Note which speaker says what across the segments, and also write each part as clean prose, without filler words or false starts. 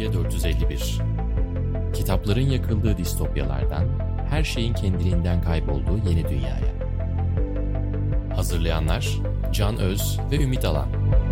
Speaker 1: Distopya 451. Kitapların yakıldığı distopyalardan, her şeyin kendiliğinden kaybolduğu yeni dünyaya. Hazırlayanlar Can Öz ve Ümit Alan.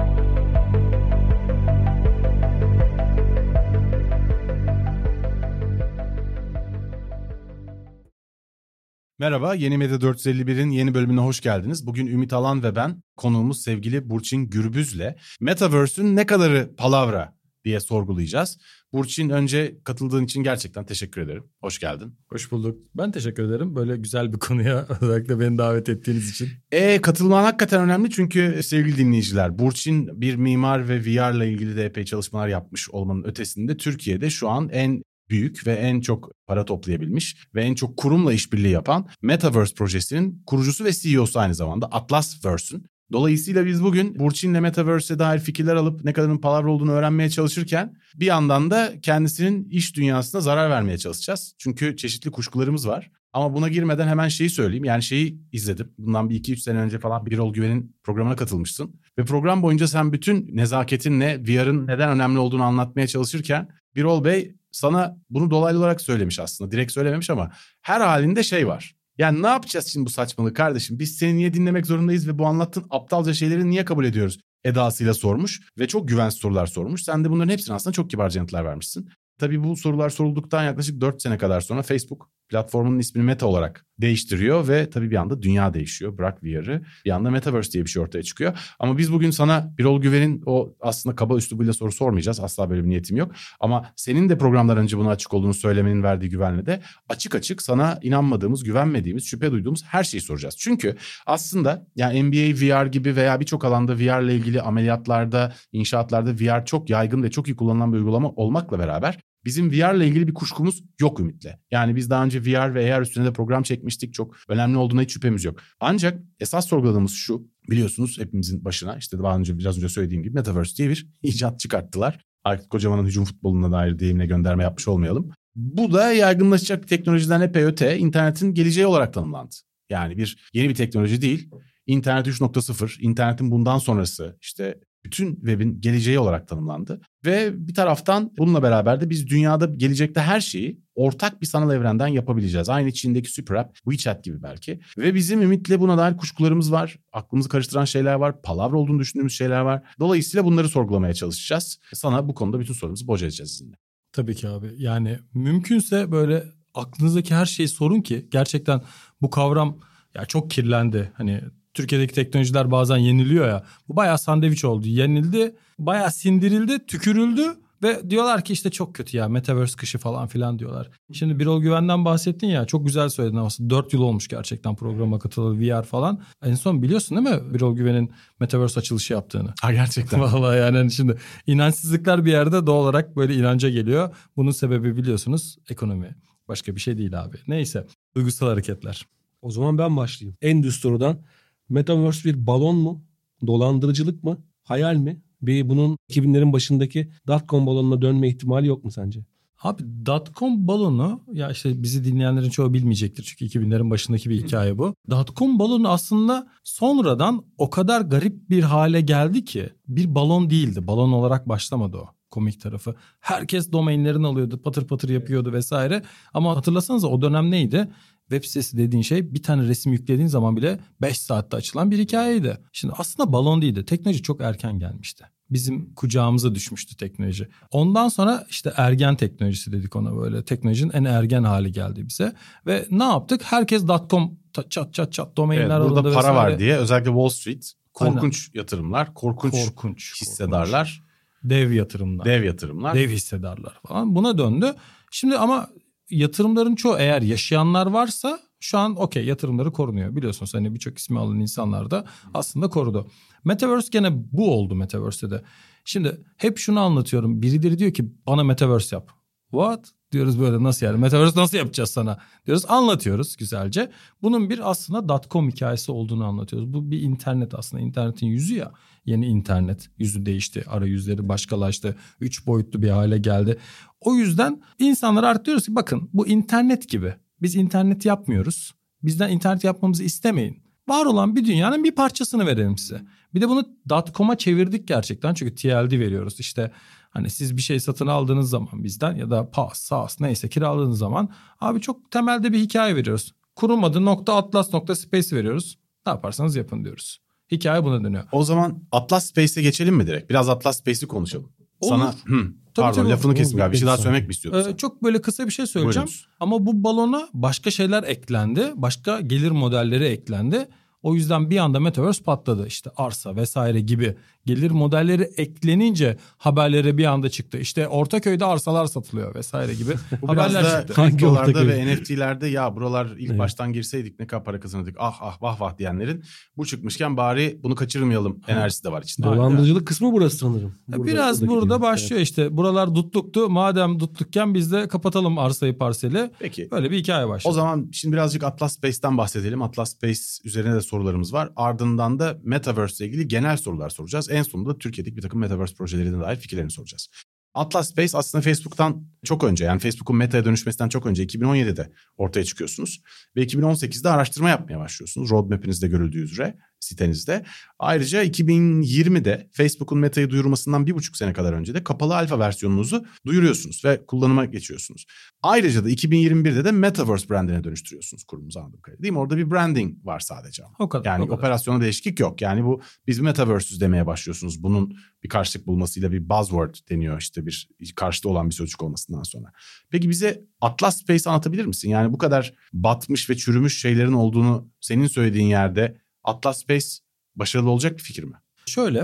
Speaker 2: Merhaba, Yeni Medya 451'in yeni bölümüne hoş geldiniz. Bugün Ümit Alan ve ben, konuğumuz sevgili Burçin Gürbüz'le Metaverse'ün ne kadarı palavra diye sorgulayacağız. Burçin, önce katıldığın için gerçekten teşekkür ederim. Hoş geldin.
Speaker 3: Hoş bulduk. Ben teşekkür ederim. Böyle güzel bir konuya özellikle beni davet ettiğiniz için.
Speaker 2: Katılman hakikaten önemli çünkü sevgili dinleyiciler, Burçin bir mimar ve VR'la ilgili de epey çalışmalar yapmış olmanın ötesinde Türkiye'de şu an en büyük ve en çok para toplayabilmiş ve en çok kurumla işbirliği yapan Metaverse projesinin kurucusu ve CEO'su aynı zamanda Atlasverse'ün. Dolayısıyla biz bugün Burçin'le Metaverse'e dair fikirler alıp ne kadarın palavra olduğunu öğrenmeye çalışırken bir yandan da kendisinin iş dünyasına zarar vermeye çalışacağız. Çünkü çeşitli kuşkularımız var. Ama buna girmeden hemen şeyi söyleyeyim. Yani şeyi izledim. Bundan bir 2-3 sene önce falan Birol Güven'in programına katılmışsın. Ve program boyunca sen bütün nezaketinle VR'ın neden önemli olduğunu anlatmaya çalışırken Birol Bey sana bunu dolaylı olarak söylemiş aslında. Direkt söylememiş ama her halinde şey var. Yani ne yapacağız şimdi bu saçmalığı kardeşim? Biz seni niye dinlemek zorundayız ve bu anlattığın aptalca şeyleri niye kabul ediyoruz? Edasıyla sormuş ve çok güvensiz sorular sormuş. Sen de bunların hepsine aslında çok kibarca yanıtlar vermişsin. Tabii bu sorular sorulduktan yaklaşık 4 sene kadar sonra Facebook platformunun ismini Meta olarak değiştiriyor ve tabii bir anda dünya değişiyor. Bırak VR'ı, bir anda Metaverse diye bir şey ortaya çıkıyor. Ama biz bugün sana Birol Güven'in o aslında kaba üslubuyla soru sormayacağız. Asla böyle bir niyetim yok. Ama senin de programlar önce buna açık olduğunu söylemenin verdiği güvenle de açık açık sana inanmadığımız, güvenmediğimiz, şüphe duyduğumuz her şeyi soracağız. Çünkü aslında yani NBA VR gibi veya birçok alanda VR ile ilgili ameliyatlarda, inşaatlarda VR çok yaygın ve çok iyi kullanılan bir uygulama olmakla beraber bizim VR ile ilgili bir kuşkumuz yok Ümit'le. Yani biz daha önce VR ve AR üstüne de program çekmiştik. Çok önemli olduğuna hiç şüphemiz yok. Ancak esas sorguladığımız şu, biliyorsunuz hepimizin başına işte biraz önce söylediğim gibi Metaverse diye bir icat çıkarttılar. Artık kocamanın hücum futboluna dair deyimle gönderme yapmış olmayalım. Bu da yaygınlaşacak teknolojiden epey öte internetin geleceği olarak tanımlandı. Yani yeni bir teknoloji değil. İnternet 3.0, internetin bundan sonrası işte bütün web'in geleceği olarak tanımlandı. Ve bir taraftan bununla beraber de biz dünyada gelecekte her şeyi ortak bir sanal evrenden yapabileceğiz. Aynı Çin'deki Super App, WeChat gibi belki. Ve bizim Ümit'le buna dair kuşkularımız var. Aklımızı karıştıran şeyler var. Palavra olduğunu düşündüğümüz şeyler var. Dolayısıyla bunları sorgulamaya çalışacağız. Sana bu konuda bütün sorumuzu boca edeceğiz sizinle.
Speaker 3: Tabii ki abi. Yani mümkünse böyle aklınızdaki her şeyi sorun ki gerçekten bu kavram ya çok kirlendi. Hani Türkiye'deki teknolojiler bazen yeniliyor ya. Bu bayağı sandviç oldu. Yenildi, bayağı sindirildi, tükürüldü ve diyorlar ki işte çok kötü ya Metaverse kışı falan filan diyorlar. Şimdi Birol Güven'den bahsettin ya, çok güzel söyledin aslında. 4 yıl olmuş gerçekten programa katılı VR falan. En son biliyorsun değil mi Birol Güven'in Metaverse açılışı yaptığını?
Speaker 2: Ha, gerçekten.
Speaker 3: Vallahi yani hani şimdi inançsızlıklar bir yerde doğal olarak böyle inanca geliyor. Bunun sebebi biliyorsunuz ekonomi. Başka bir şey değil abi. Neyse, duygusal hareketler.
Speaker 4: O zaman ben başlayayım. Endüstriden Metaverse bir balon mu? Dolandırıcılık mı? Hayal mi? Bunun 2000'lerin başındaki dotcom balonuna dönme ihtimali yok mu sence?
Speaker 3: Abi dotcom balonu ya işte bizi dinleyenlerin çoğu bilmeyecektir. Çünkü 2000'lerin başındaki bir hikaye bu. Dotcom balonu aslında sonradan o kadar garip bir hale geldi ki bir balon değildi. Balon olarak başlamadı o. Komik tarafı. Herkes domainlerini alıyordu, patır patır yapıyordu vesaire. Ama hatırlasanıza o dönem neydi? Web sitesi dediğin şey bir tane resim yüklediğin zaman bile 5 saatte açılan bir hikayeydi. Şimdi aslında balon değildi. Teknoloji çok erken gelmişti. Bizim kucağımıza düşmüştü teknoloji. Ondan sonra işte ergen teknolojisi dedik ona böyle. Teknolojinin en ergen hali geldi bize. Ve ne yaptık? Herkes .com çat domainler alındı
Speaker 2: vesaire. Burada para var diye özellikle Wall Street korkunç yatırımlar, korkunç hissedarlar.
Speaker 3: Dev yatırımlar. Dev hissedarlar falan buna döndü. Şimdi ama yatırımların çoğu eğer yaşayanlar varsa şu an okey yatırımları korunuyor. Biliyorsunuz hani birçok ismi alan insanlar da aslında korudu. Metaverse gene bu oldu Metaverse'de de. Şimdi hep şunu anlatıyorum. Birileri diyor ki bana Metaverse yap. What? Diyoruz böyle nasıl yani? Metaverse nasıl yapacağız sana? Diyoruz anlatıyoruz güzelce. Bunun bir aslında .com hikayesi olduğunu anlatıyoruz. Bu bir internet aslında. İnternetin yüzü ya. Yeni internet yüzü değişti. Arayüzleri başkalaştı. 3 boyutlu bir hale geldi. O yüzden insanlara artık diyoruz ki bakın bu internet gibi. Biz internet yapmıyoruz. Bizden internet yapmamızı istemeyin. Var olan bir dünyanın bir parçasını verelim size. Bir de bunu .com'a çevirdik gerçekten. Çünkü TLD veriyoruz. İşte Hani siz bir şey satın aldığınız zaman bizden ya da PaaS, SaaS neyse kiraladığınız zaman abi çok temelde bir hikaye veriyoruz. Kurum adı .atlas.space veriyoruz. Ne yaparsanız yapın diyoruz. Hikaye buna dönüyor.
Speaker 2: O zaman Atlas Space'e geçelim mi direkt? Biraz Atlas Space'i konuşalım.
Speaker 3: Olur.
Speaker 2: Sana pardon lafını kestim galiba. Bir şey daha söylemek mi istiyordun?
Speaker 3: Çok böyle kısa bir şey söyleyeceğim.
Speaker 2: Buyurunuz.
Speaker 3: Ama bu balona başka şeyler eklendi. Başka gelir modelleri eklendi. O yüzden bir anda Metaverse patladı. İşte arsa vesaire gibi gelir modelleri eklenince haberlere bir anda çıktı. İşte Ortaköy'de arsalar satılıyor vesaire gibi haberler çıktı.
Speaker 2: Kriptolarda ve NFT'lerde ya buralar ilk baştan girseydik ne kadar para kazanırdık ah vah vah diyenlerin bu çıkmışken bari bunu kaçırmayalım enerjisi de var içinde.
Speaker 4: Dolandırıcılık kısmı burası sanırım.
Speaker 3: Biraz burada başlıyor işte. Buralar dutluktu. Madem dutlukken biz de kapatalım arsayı parseli.
Speaker 2: Peki.
Speaker 3: Böyle bir hikaye başladı.
Speaker 2: O zaman şimdi birazcık Atlas Space'ten bahsedelim. Atlas Space üzerine de sorularımız var. Ardından da Metaverse ile ilgili genel sorular soracağız. En sonunda Türkiye'deki bir takım Metaverse projelerine dair fikirlerini soracağız. Atlas Space aslında Facebook'tan çok önce, yani Facebook'un Meta'ya dönüşmesinden çok önce 2017'de ortaya çıkıyorsunuz. Ve 2018'de araştırma yapmaya başlıyorsunuz. Roadmap'inizde görüldüğü üzere sitenizde. Ayrıca 2020'de Facebook'un Meta'yı duyurmasından 1,5 sene kadar önce de kapalı alfa versiyonunuzu duyuruyorsunuz ve kullanıma geçiyorsunuz. Ayrıca da 2021'de de Metaverse brandine dönüştürüyorsunuz kurumunuzu anladığım kadarıyla. Değil mi? Orada bir branding var sadece.
Speaker 3: O kadar.
Speaker 2: Yani operasyona değişiklik yok. Yani bu biz Metaverse'üz demeye başlıyorsunuz. Bunun bir karşılık bulmasıyla bir buzzword deniyor işte bir karşıtı olan bir sözcük olmasından sonra. Peki bize Atlas Space anlatabilir misin? Yani bu kadar batmış ve çürümüş şeylerin olduğunu senin söylediğin yerde Atlas Space başarılı olacak bir fikir mi?
Speaker 3: Şöyle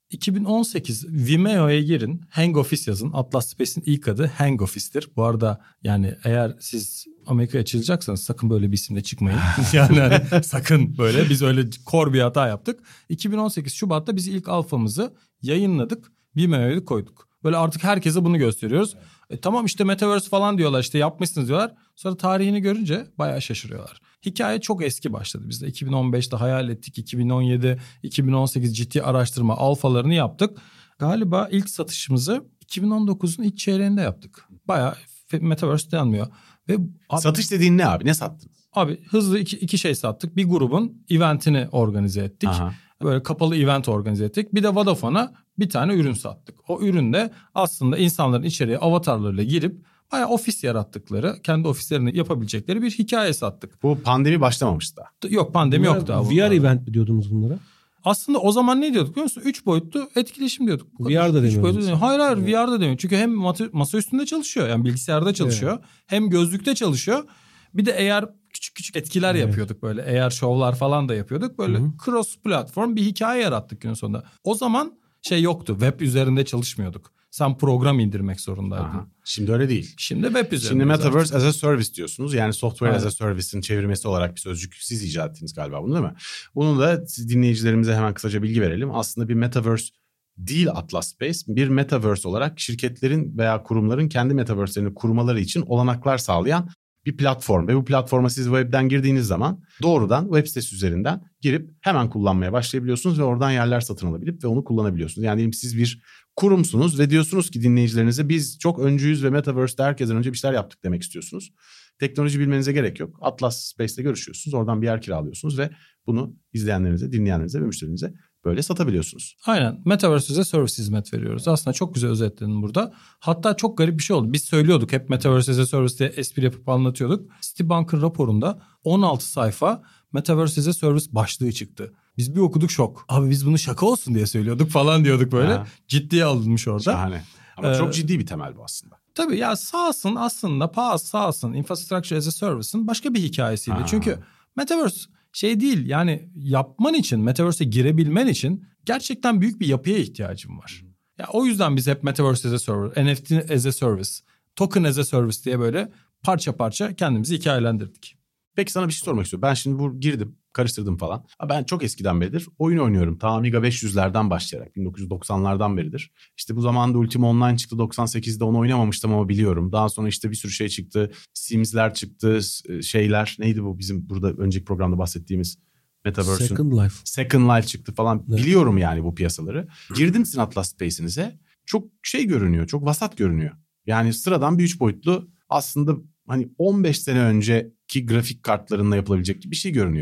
Speaker 3: 2018 Vimeo'ya girin, Hang Office yazın. Atlas Space'in ilk adı Hang Office'tir. Bu arada yani eğer siz Amerika'ya açılacaksanız sakın böyle bir isimle çıkmayın. Yani hani, sakın böyle biz öyle core bir hata yaptık. 2018 Şubat'ta biz ilk alfamızı yayınladık. Vimeo'ya koyduk. Böyle artık herkese bunu gösteriyoruz. Tamam işte Metaverse falan diyorlar, işte yapmışsınız diyorlar. Sonra tarihini görünce bayağı şaşırıyorlar. Hikaye çok eski başladı bizde. 2015'te hayal ettik. 2017, 2018 ciddi araştırma alfalarını yaptık. Galiba ilk satışımızı 2019'un ilk çeyreğinde yaptık. Bayağı Metaverse denmiyor. Ve
Speaker 2: satış dediğin ne abi? Ne sattın?
Speaker 3: Abi hızlı iki şey sattık. Bir grubun eventini organize ettik.
Speaker 2: Aha.
Speaker 3: Böyle kapalı event organize ettik. Bir de Vodafone'a bir tane ürün sattık. O üründe aslında insanların içeriye avatarlarıyla girip bayağı ofis yarattıkları, kendi ofislerini yapabilecekleri bir hikaye sattık.
Speaker 2: Bu pandemi başlamamıştı daha.
Speaker 3: Yok, pandemi yok daha.
Speaker 4: VR event mi diyordunuz bunlara?
Speaker 3: Aslında o zaman ne diyorduk biliyor musun? 3 boyutlu etkileşim diyorduk.
Speaker 4: VR'da demiyoruz.
Speaker 3: Hayır VR'da demiyor. Çünkü hem masa üstünde çalışıyor, yani bilgisayarda çalışıyor. Evet. Hem gözlükte çalışıyor. Bir de eğer küçük etkiler yapıyorduk böyle. Eğer şovlar falan da yapıyorduk. Böyle cross platform bir hikaye yarattık günün sonunda. O zaman şey yoktu. Web üzerinde çalışmıyorduk. Sen program indirmek zorundaydın.
Speaker 2: Aha. Şimdi öyle değil.
Speaker 3: Şimdi web üzerinde.
Speaker 2: Şimdi Metaverse as a Service diyorsunuz. Yani software as a Service'in çevirmesi olarak bir sözcük siz icat ettiniz galiba bunu, değil mi? Bunu da dinleyicilerimize hemen kısaca bilgi verelim. Aslında bir Metaverse değil Atlas Space. Bir Metaverse olarak şirketlerin veya kurumların kendi Metaverse'lerini kurmaları için olanaklar sağlayan bir platform. Ve bu platforma siz webden girdiğiniz zaman doğrudan web sitesi üzerinden girip hemen kullanmaya başlayabiliyorsunuz ve oradan yerler satın alabilip ve onu kullanabiliyorsunuz. Yani diyelim siz bir kurumsunuz ve diyorsunuz ki dinleyicilerinize biz çok öncüyüz ve Metaverse'de herkesten önce bir şeyler yaptık demek istiyorsunuz. Teknoloji bilmenize gerek yok. Atlas Space'le görüşüyorsunuz. Oradan bir yer kiralıyorsunuz ve bunu izleyenlerinize, dinleyenlerinize ve müşterinize böyle satabiliyorsunuz.
Speaker 3: Aynen. Metaverse'e service hizmet veriyoruz. Aslında çok güzel özetledin burada. Hatta çok garip bir şey oldu. Biz söylüyorduk hep Metaverse'e service diye espri yapıp anlatıyorduk. Citibank'ın raporunda 16 sayfa Metaverse'e service başlığı çıktı. Biz bir okuduk, şok. Abi biz bunu şaka olsun diye söylüyorduk falan diyorduk böyle. Ha. Ciddiye alınmış orada.
Speaker 2: Şahane. Ama çok ciddi bir temel bu aslında.
Speaker 3: Tabii ya SaaS'ın aslında SaaS'ın Infrastructure as a Service'ın başka bir hikayesiydi. Çünkü Metaverse şey değil, yani yapman için, Metaverse'e girebilmen için gerçekten büyük bir yapıya ihtiyacın var. Ya o yüzden biz hep Metaverse as a Service, NFT as a Service, Token as a Service diye böyle parça parça kendimizi hikayelendirdik.
Speaker 2: Peki sana bir şey sormak istiyorum. Ben şimdi girdim, karıştırdım falan. Ben çok eskiden beridir oyun oynuyorum. Ta Amiga 500'lerden başlayarak 1990'lardan beridir. İşte bu zamanda Ultima Online çıktı 98'de, onu oynamamıştım ama biliyorum. Daha sonra işte bir sürü şey çıktı. Sims'ler çıktı, şeyler. Neydi bu bizim burada önceki programda bahsettiğimiz Metaverse'ün? Second Life çıktı falan. Evet. Biliyorum yani bu piyasaları. Girdim sizin Atlas Space'inize. Çok şey görünüyor, çok vasat görünüyor. Yani sıradan bir 3 boyutlu aslında hani 15 sene önceki grafik kartlarında yapılabilecek bir şey görünüyor.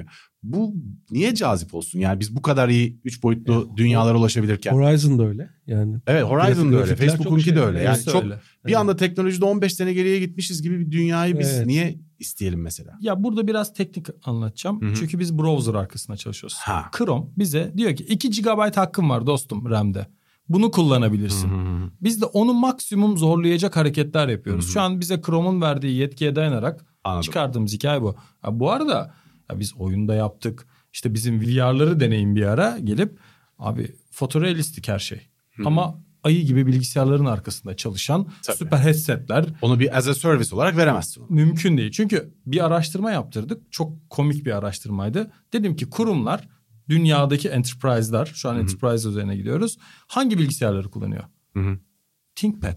Speaker 2: Bu niye cazip olsun? Yani biz bu kadar iyi 3 boyutlu dünyalara ulaşabilirken.
Speaker 4: Horizon da öyle. Yani
Speaker 2: evet, Horizon da öyle. Facebook'unki de öyle. Yani
Speaker 3: Hepsi
Speaker 2: çok
Speaker 3: öyle.
Speaker 2: bir anda teknolojide 15 sene geriye gitmişiz gibi bir dünyayı biz niye isteyelim mesela?
Speaker 3: Ya burada biraz teknik anlatacağım.
Speaker 2: Hı-hı.
Speaker 3: Çünkü biz browser arkasında çalışıyoruz.
Speaker 2: Ha.
Speaker 3: Chrome bize diyor ki 2 GB hakkım var dostum RAM'de. Bunu kullanabilirsin.
Speaker 2: Hı-hı.
Speaker 3: Biz de onu maksimum zorlayacak hareketler yapıyoruz.
Speaker 2: Hı-hı.
Speaker 3: Şu an bize Chrome'un verdiği yetkiye dayanarak çıkardığımız hikaye bu. Ha, bu arada biz oyunda yaptık. İşte bizim VR'ları deneyin bir ara gelip abi fotorealistik her şey.
Speaker 2: Hı-hı.
Speaker 3: Ama ayı gibi bilgisayarların arkasında çalışan süper headsetler.
Speaker 2: Onu bir as a service olarak veremezsin.
Speaker 3: Mümkün değil. Çünkü bir araştırma yaptırdık. Çok komik bir araştırmaydı. Dedim ki kurumlar dünyadaki enterprise'lar, şu an enterprise üzerine gidiyoruz. Hangi bilgisayarları kullanıyor?
Speaker 2: Hı-hı.
Speaker 3: ThinkPad.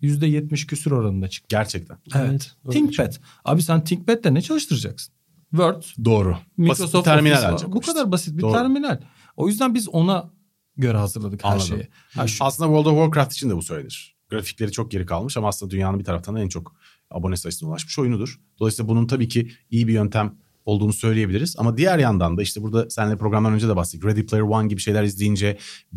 Speaker 3: %70 küsur oranında çıktı.
Speaker 2: Gerçekten.
Speaker 3: Evet. ThinkPad. Abi sen ThinkPad'le ne çalıştıracaksın? Word.
Speaker 2: Doğru.
Speaker 3: Microsoft
Speaker 2: basit bir terminal
Speaker 3: Office
Speaker 2: ancak.
Speaker 3: bu kadar basit bir
Speaker 2: Doğru.
Speaker 3: terminal. O yüzden biz ona göre hazırladık her şeyi.
Speaker 2: Aslında World of Warcraft için de bu söylenir. Grafikleri çok geri kalmış ama aslında dünyanın bir taraftan da en çok abone sayısına ulaşmış oyunudur. Dolayısıyla bunun tabii ki iyi bir yöntem olduğunu söyleyebiliriz. Ama diğer yandan da işte burada seninle programdan önce de bahsettik. Ready Player One gibi şeyler izleyince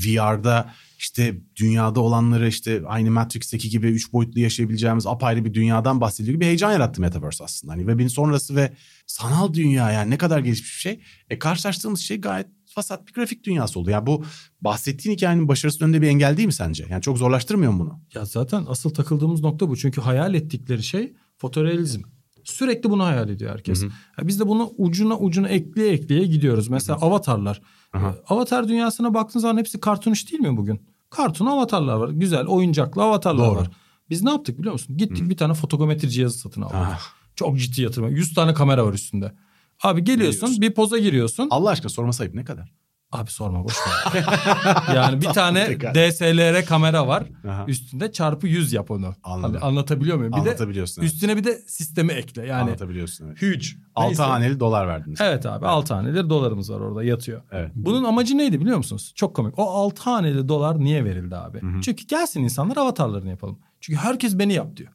Speaker 2: VR'da işte dünyada olanları işte aynı Matrix'teki gibi 3 boyutlu yaşayabileceğimiz apayrı bir dünyadan bahsediyor gibi heyecan yarattı Metaverse aslında. Hani web'in sonrası ve sanal dünya yani ne kadar gelişmiş bir şey. Karşılaştığımız şey gayet fasat bir grafik dünyası oldu. Yani bu bahsettiğin hikayenin başarısının önünde bir engel değil mi sence? Yani çok zorlaştırmıyor mu bunu?
Speaker 3: Ya zaten asıl takıldığımız nokta bu. Çünkü hayal ettikleri şey fotorealizm. Sürekli bunu hayal ediyor herkes. Biz de bunu ucuna ekleye gidiyoruz. Mesela avatarlar. Avatar dünyasına baktığın zaman hepsi kartun iş değil mi bugün? Kartun avatarlar var. Güzel oyuncaklı avatarlar var. Biz ne yaptık biliyor musun? Gittik bir tane fotogrametri cihazı satın aldık. Çok ciddi yatırım. 100 tane kamera var üstünde. Abi geliyorsun bir poza giriyorsun.
Speaker 2: Allah aşkına sorması ayıp ne kadar?
Speaker 3: Abi sorma boş ver. Yani bir tane DSLR kamera var. Üstünde çarpı 100 yap onu. Hani anlatabiliyor muyum? Bir
Speaker 2: anlatabiliyorsun.
Speaker 3: De üstüne bir de sistemi ekle. Yani
Speaker 2: anlatabiliyorsun. Evet.
Speaker 3: Huge.
Speaker 2: 6 haneli dolar verdiniz.
Speaker 3: Evet abi 6 haneli dolarımız var orada yatıyor.
Speaker 2: Evet.
Speaker 3: Bunun amacı neydi biliyor musunuz? Çok komik. O 6 haneli dolar niye verildi abi? Çünkü gelsin insanlar avatarlarını yapalım. Çünkü herkes beni yap diyor.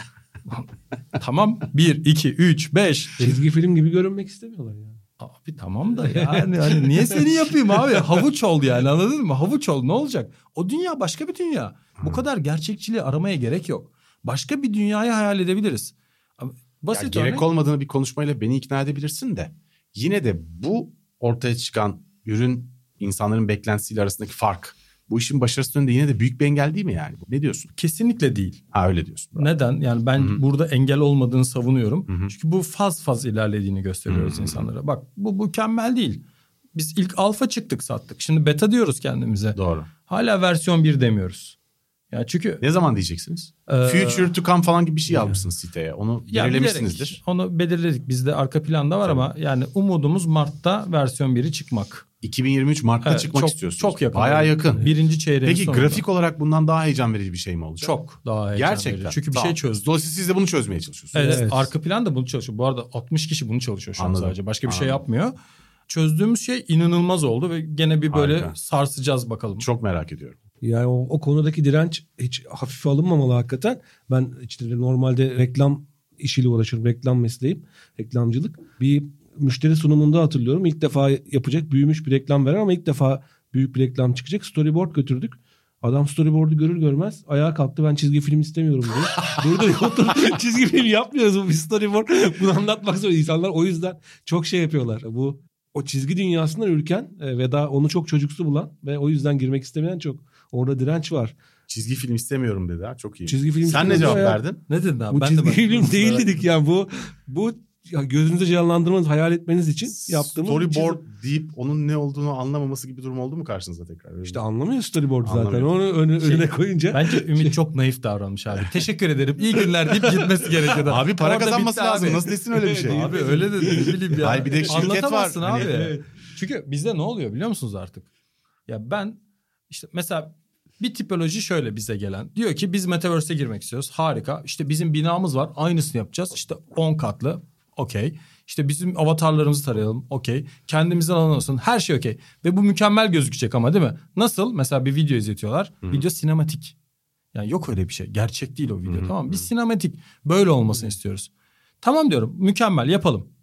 Speaker 3: Tamam 1, 2, 3, 5.
Speaker 4: Çizgi film gibi görünmek istemiyorlar yani.
Speaker 3: Abi tamam da yani hani niye seni yapayım abi? Havuç ol yani anladın mı? Havuç ol ne olacak? O dünya başka bir dünya. Bu kadar gerçekçiliği aramaya gerek yok. Başka bir dünyayı hayal edebiliriz. Basit
Speaker 2: gerek olmadığını bir konuşmayla beni ikna edebilirsin de yine de bu ortaya çıkan ürün insanların beklentisiyle arasındaki fark bu işin başarısının önünde yine de büyük bir engel değil mi yani? Ne diyorsun?
Speaker 3: Kesinlikle değil.
Speaker 2: Öyle diyorsun. Bravo.
Speaker 3: Neden? Yani ben burada engel olmadığını savunuyorum. Çünkü bu faz ilerlediğini gösteriyoruz insanlara. Bak bu mükemmel değil. Biz ilk alfa çıktık sattık. Şimdi beta diyoruz kendimize.
Speaker 2: Doğru.
Speaker 3: Hala versiyon 1 demiyoruz. Yani çünkü
Speaker 2: ne zaman diyeceksiniz? Future to come falan gibi bir şey yazmışsınız siteye. Onu belirlemişsinizdir.
Speaker 3: Onu belirledik. Bizde arka planda var ama yani umudumuz Mart'ta versiyon 1'i çıkmak.
Speaker 2: 2023 Mart'ta çıkmak istiyorsunuz.
Speaker 3: Çok yakın.
Speaker 2: Bayağı yakın.
Speaker 3: Birinci çeyreğin
Speaker 2: Peki
Speaker 3: sonunda.
Speaker 2: grafik olarak bundan daha heyecan verici bir şey mi olacak?
Speaker 3: Çok daha heyecan
Speaker 2: gerçekten
Speaker 3: verici. Çünkü bir şey çözdük.
Speaker 2: Dolayısıyla siz de bunu çözmeye çalışıyorsunuz.
Speaker 3: Evet. Arka plan da bunu çalışıyor. Bu arada 60 kişi bunu çalışıyor şu an sadece. Başka bir şey
Speaker 2: Anladım.
Speaker 3: yapmıyor. Çözdüğümüz şey inanılmaz oldu ve gene bir böyle sarsacağız bakalım.
Speaker 2: Çok merak ediyorum.
Speaker 4: Yani o konudaki direnç hiç hafife alınmamalı hakikaten. Ben işte normalde reklam işiyle uğraşıyorum. Reklam mesleğim. Reklamcılık. Bir müşteri sunumunda hatırlıyorum. İlk defa yapacak büyümüş bir reklam veren ama ilk defa büyük bir reklam çıkacak. Storyboard götürdük. Adam storyboard'u görür görmez ayağa kalktı. Ben çizgi film istemiyorum diye. Durdu otur. Çizgi film yapmıyoruz bu bir storyboard. Bunu anlatmak zor. İnsanlar o yüzden çok şey yapıyorlar. Bu o çizgi dünyasından ürken ve daha onu çok çocuksu bulan ve o yüzden girmek istemeyen çok. Orada direnç var.
Speaker 2: Çizgi film istemiyorum dedi ha. Çok iyi.
Speaker 4: Çizgi film
Speaker 2: sen ne cevap verdin?
Speaker 3: Ne dedin abi?
Speaker 4: Bu
Speaker 3: ben
Speaker 4: çizgi
Speaker 3: de
Speaker 4: film değil dedik yani bu gözünüzde canlandırmanız, hayal etmeniz için yaptığımız
Speaker 2: storyboard deyip onun ne olduğunu anlamaması gibi bir durum oldu mu karşınıza tekrar?
Speaker 4: İşte anlamıyor storyboard zaten. Onu önüne koyunca.
Speaker 3: Bence Ümit çok naif davranmış abi. Teşekkür ederim. İyi günler deyip gitmesi gerekiyordu.
Speaker 2: Abi para
Speaker 3: orada
Speaker 2: kazanması lazım.
Speaker 3: abi.
Speaker 2: Nasıl desin öyle bir şey?
Speaker 3: Abi öyle de ne bileyim ya.
Speaker 2: Hayır bir de şirket var.
Speaker 3: Anlatamazsın abi.
Speaker 2: Hani...
Speaker 3: Çünkü bizde ne oluyor biliyor musunuz artık? Ya ben işte mesela bir tipoloji şöyle bize gelen. Diyor ki biz Metaverse'e girmek istiyoruz. Harika. İşte bizim binamız var. Aynısını yapacağız. İşte 10 katlı. Okey. İşte bizim avatarlarımızı tarayalım. Okey. Kendimizden alan olsun. Her şey okey. Ve bu mükemmel gözükecek ama değil mi? Nasıl? Mesela bir video izletiyorlar. Video sinematik. Yani yok öyle bir şey. Gerçek değil o video. Tamam mı? Biz sinematik. Böyle olmasını istiyoruz. Tamam diyorum. Mükemmel yapalım.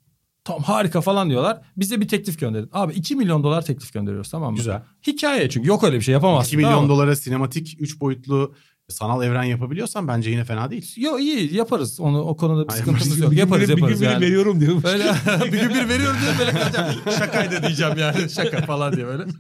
Speaker 3: Tamam harika falan diyorlar. Bize bir teklif gönderin. Abi 2 milyon dolar teklif gönderiyoruz, tamam mı?
Speaker 2: Güzel.
Speaker 3: Hikaye, çünkü yok öyle bir şey, yapamazsın.
Speaker 2: 2 milyon
Speaker 3: tamam
Speaker 2: dolara sinematik 3 boyutlu sanal evren yapabiliyorsan bence yine fena değil.
Speaker 3: Yok, iyi yaparız. Onu, o konuda bir
Speaker 2: Hayır,
Speaker 3: sıkıntımız
Speaker 2: bir
Speaker 3: yok.
Speaker 4: Bir
Speaker 3: Yaparız
Speaker 4: gün
Speaker 3: yani.
Speaker 4: veriyorum diyor.
Speaker 3: Böyle bir gün bir veriyorum diye böyle kalacağım. Şakaydı diyeceğim yani. Şaka falan diye böyle.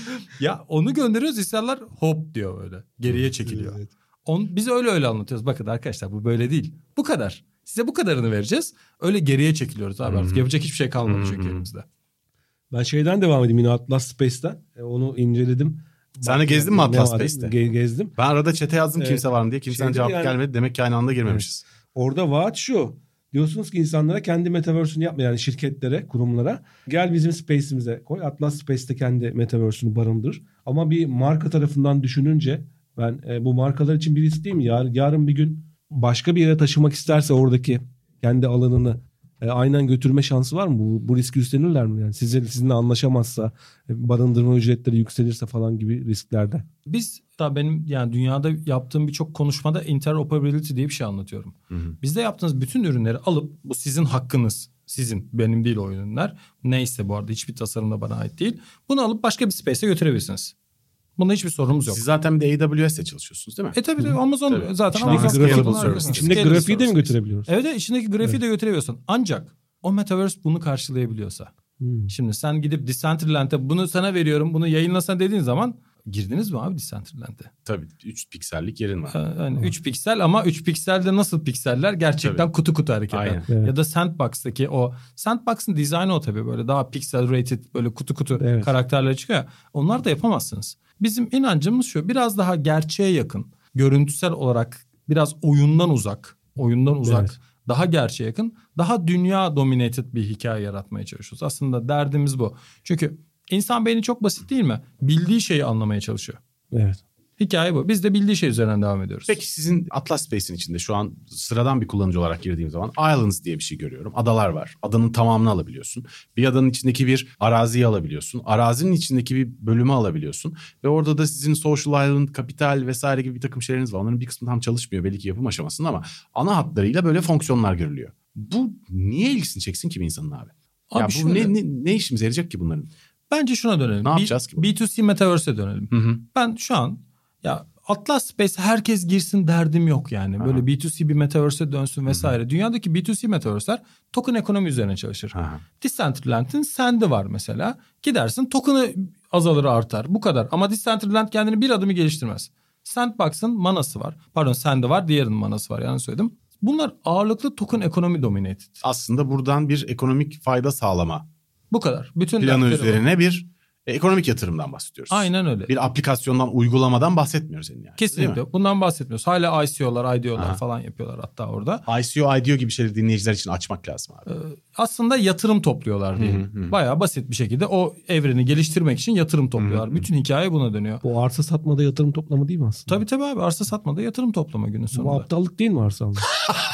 Speaker 3: Ya onu gönderiyoruz, insanlar hop diyor böyle. Geriye çekiliyor.
Speaker 4: Evet.
Speaker 3: Biz öyle anlatıyoruz. Bakın arkadaşlar, bu böyle değil. Bu kadar. Size bu kadarını vereceğiz. Öyle geriye çekiliyoruz abi artık. Yapacak hiçbir şey kalmadı çünkü elimizde.
Speaker 4: Ben şeyden devam edeyim yine, Atlas Space'ten. Onu inceledim.
Speaker 2: Sen de gezdin mi Atlas Space'te?
Speaker 4: Gezdim.
Speaker 2: Ben arada chat'e yazdım
Speaker 4: Evet.
Speaker 2: kimse var mı diye. Kimsenin
Speaker 4: Şeyde
Speaker 2: cevap
Speaker 4: yani-
Speaker 2: gelmedi. Demek ki aynı anda girmemişiz.
Speaker 4: Orada vaat şu. Diyorsunuz ki insanlara kendi metaverse'ünü yapma, yani şirketlere, kurumlara. Gel bizim space'imize koy. Atlas Space'te kendi metaverse'ünü barındır. Ama bir marka tarafından düşününce ben bu markalar için bir risk değil mi? Yarın bir gün başka bir yere taşımak isterse oradaki kendi alanını aynen götürme şansı var mı? Bu riski üstlenirler mi? Yani sizinle anlaşamazsa, barındırma ücretleri yükselirse falan gibi risklerde.
Speaker 3: Biz da benim yani dünyada yaptığım birçok konuşmada interoperability diye bir şey anlatıyorum. Bizde yaptığınız bütün ürünleri alıp, bu sizin hakkınız. Sizin, benim değil o ürünler. Neyse, bu arada hiçbir tasarım da bana ait değil. Bunu alıp başka bir space'e götürebilirsiniz. Bunda hiçbir sorunumuz yok.
Speaker 2: Siz zaten bir de AWS'le çalışıyorsunuz değil mi?
Speaker 3: Tabii Amazon
Speaker 2: Tabii.
Speaker 3: zaten
Speaker 2: İçindeki
Speaker 3: Amazon
Speaker 2: scalable
Speaker 3: Scalable
Speaker 2: service.
Speaker 4: İçindeki
Speaker 3: Scalable
Speaker 4: grafiği de mi
Speaker 3: service.
Speaker 4: götürebiliyoruz?
Speaker 3: Evet, içindeki grafiği de götürebiliyorsun. Ancak o metaverse bunu karşılayabiliyorsa. Şimdi sen gidip Decentraland'e bunu sana veriyorum, bunu yayınlasana dediğin zaman, girdiniz mi abi Decentraland'e?
Speaker 2: Tabii 3 piksellik yerin var.
Speaker 3: Yani 3 piksel, ama 3 pikselde nasıl pikseller? Gerçekten
Speaker 2: Tabii.
Speaker 3: kutu hareketler.
Speaker 2: Aynen.
Speaker 4: Evet.
Speaker 3: Ya da Sandbox'taki o, Sandbox'ın dizaynı o tabii, böyle daha pixel rated, böyle kutu
Speaker 4: Evet.
Speaker 3: karakterler çıkıyor ya. Onlar da yapamazsınız. Bizim inancımız şu: biraz daha gerçeğe yakın, görüntüsel olarak biraz oyundan uzak,
Speaker 4: Evet.
Speaker 3: daha gerçeğe yakın, daha dünya dominated bir hikaye yaratmaya çalışıyoruz. Aslında derdimiz bu. Çünkü insan beyni çok basit değil mi? Bildiği şeyi anlamaya çalışıyor.
Speaker 4: Evet.
Speaker 3: Hikaye bu. Biz de bildiği şey üzerinden devam ediyoruz.
Speaker 2: Peki sizin Atlas Space'in içinde şu an sıradan bir kullanıcı olarak girdiğim zaman Islands diye bir şey görüyorum. Adalar var. Adanın tamamını alabiliyorsun. Bir adanın içindeki bir araziyi alabiliyorsun. Arazinin içindeki bir bölümü alabiliyorsun. Ve orada da sizin Social Island, Kapital vesaire gibi bir takım şeyleriniz var. Onların bir kısmı tam çalışmıyor belli ki yapım aşamasında, ama ana hatlarıyla böyle fonksiyonlar görülüyor. Bu niye ilgisini çeksin ki bir insanın abi?
Speaker 3: Abi
Speaker 2: Ya bu
Speaker 3: şöyle,
Speaker 2: ne işimize yarayacak ki bunların?
Speaker 3: bence şuna dönelim.
Speaker 2: Ne yapacağız ki bunu?
Speaker 3: B2C Metaverse'e dönelim. Ben şu an ya Atlas Space herkes girsin derdim yok yani. Böyle B2C bir Metaverse'e dönsün vesaire. Dünyadaki B2C Metaverse'ler token ekonomi üzerine çalışır. Decentraland'in Sand'i var mesela. Gidersin, token'ı azalır artar. Bu kadar. Ama Decentraland kendini bir adımı geliştirmez. Sandbox'ın manası var. Pardon, Sand'i var, diğerinin manası var. Yanlış söyledim. Bunlar ağırlıklı token ekonomi dominated.
Speaker 2: Aslında buradan bir ekonomik fayda sağlama
Speaker 3: Bu kadar. Bütün
Speaker 2: planı
Speaker 3: dertleri bu.
Speaker 2: üzerine bir ekonomik yatırımdan bahsediyoruz.
Speaker 3: Aynen öyle.
Speaker 2: Bir aplikasyondan, uygulamadan bahsetmiyoruz yani. Değil mi?
Speaker 3: Kesinlikle. Bundan bahsetmiyoruz. Hala ICO'lar, IDO'lar
Speaker 2: Aha.
Speaker 3: falan yapıyorlar hatta orada.
Speaker 2: ICO, IDO gibi şeyleri dinleyiciler için açmak lazım abi.
Speaker 3: Aslında yatırım topluyorlar diye. Bayağı basit bir şekilde o evreni geliştirmek için yatırım topluyorlar. Bütün hikaye buna dönüyor.
Speaker 4: Bu arsa satmada yatırım toplama değil mi aslında?
Speaker 3: Tabii abi, arsa satmada yatırım toplama günün
Speaker 4: Bu
Speaker 3: sonunda.
Speaker 4: aptallık değil mi arsa almak?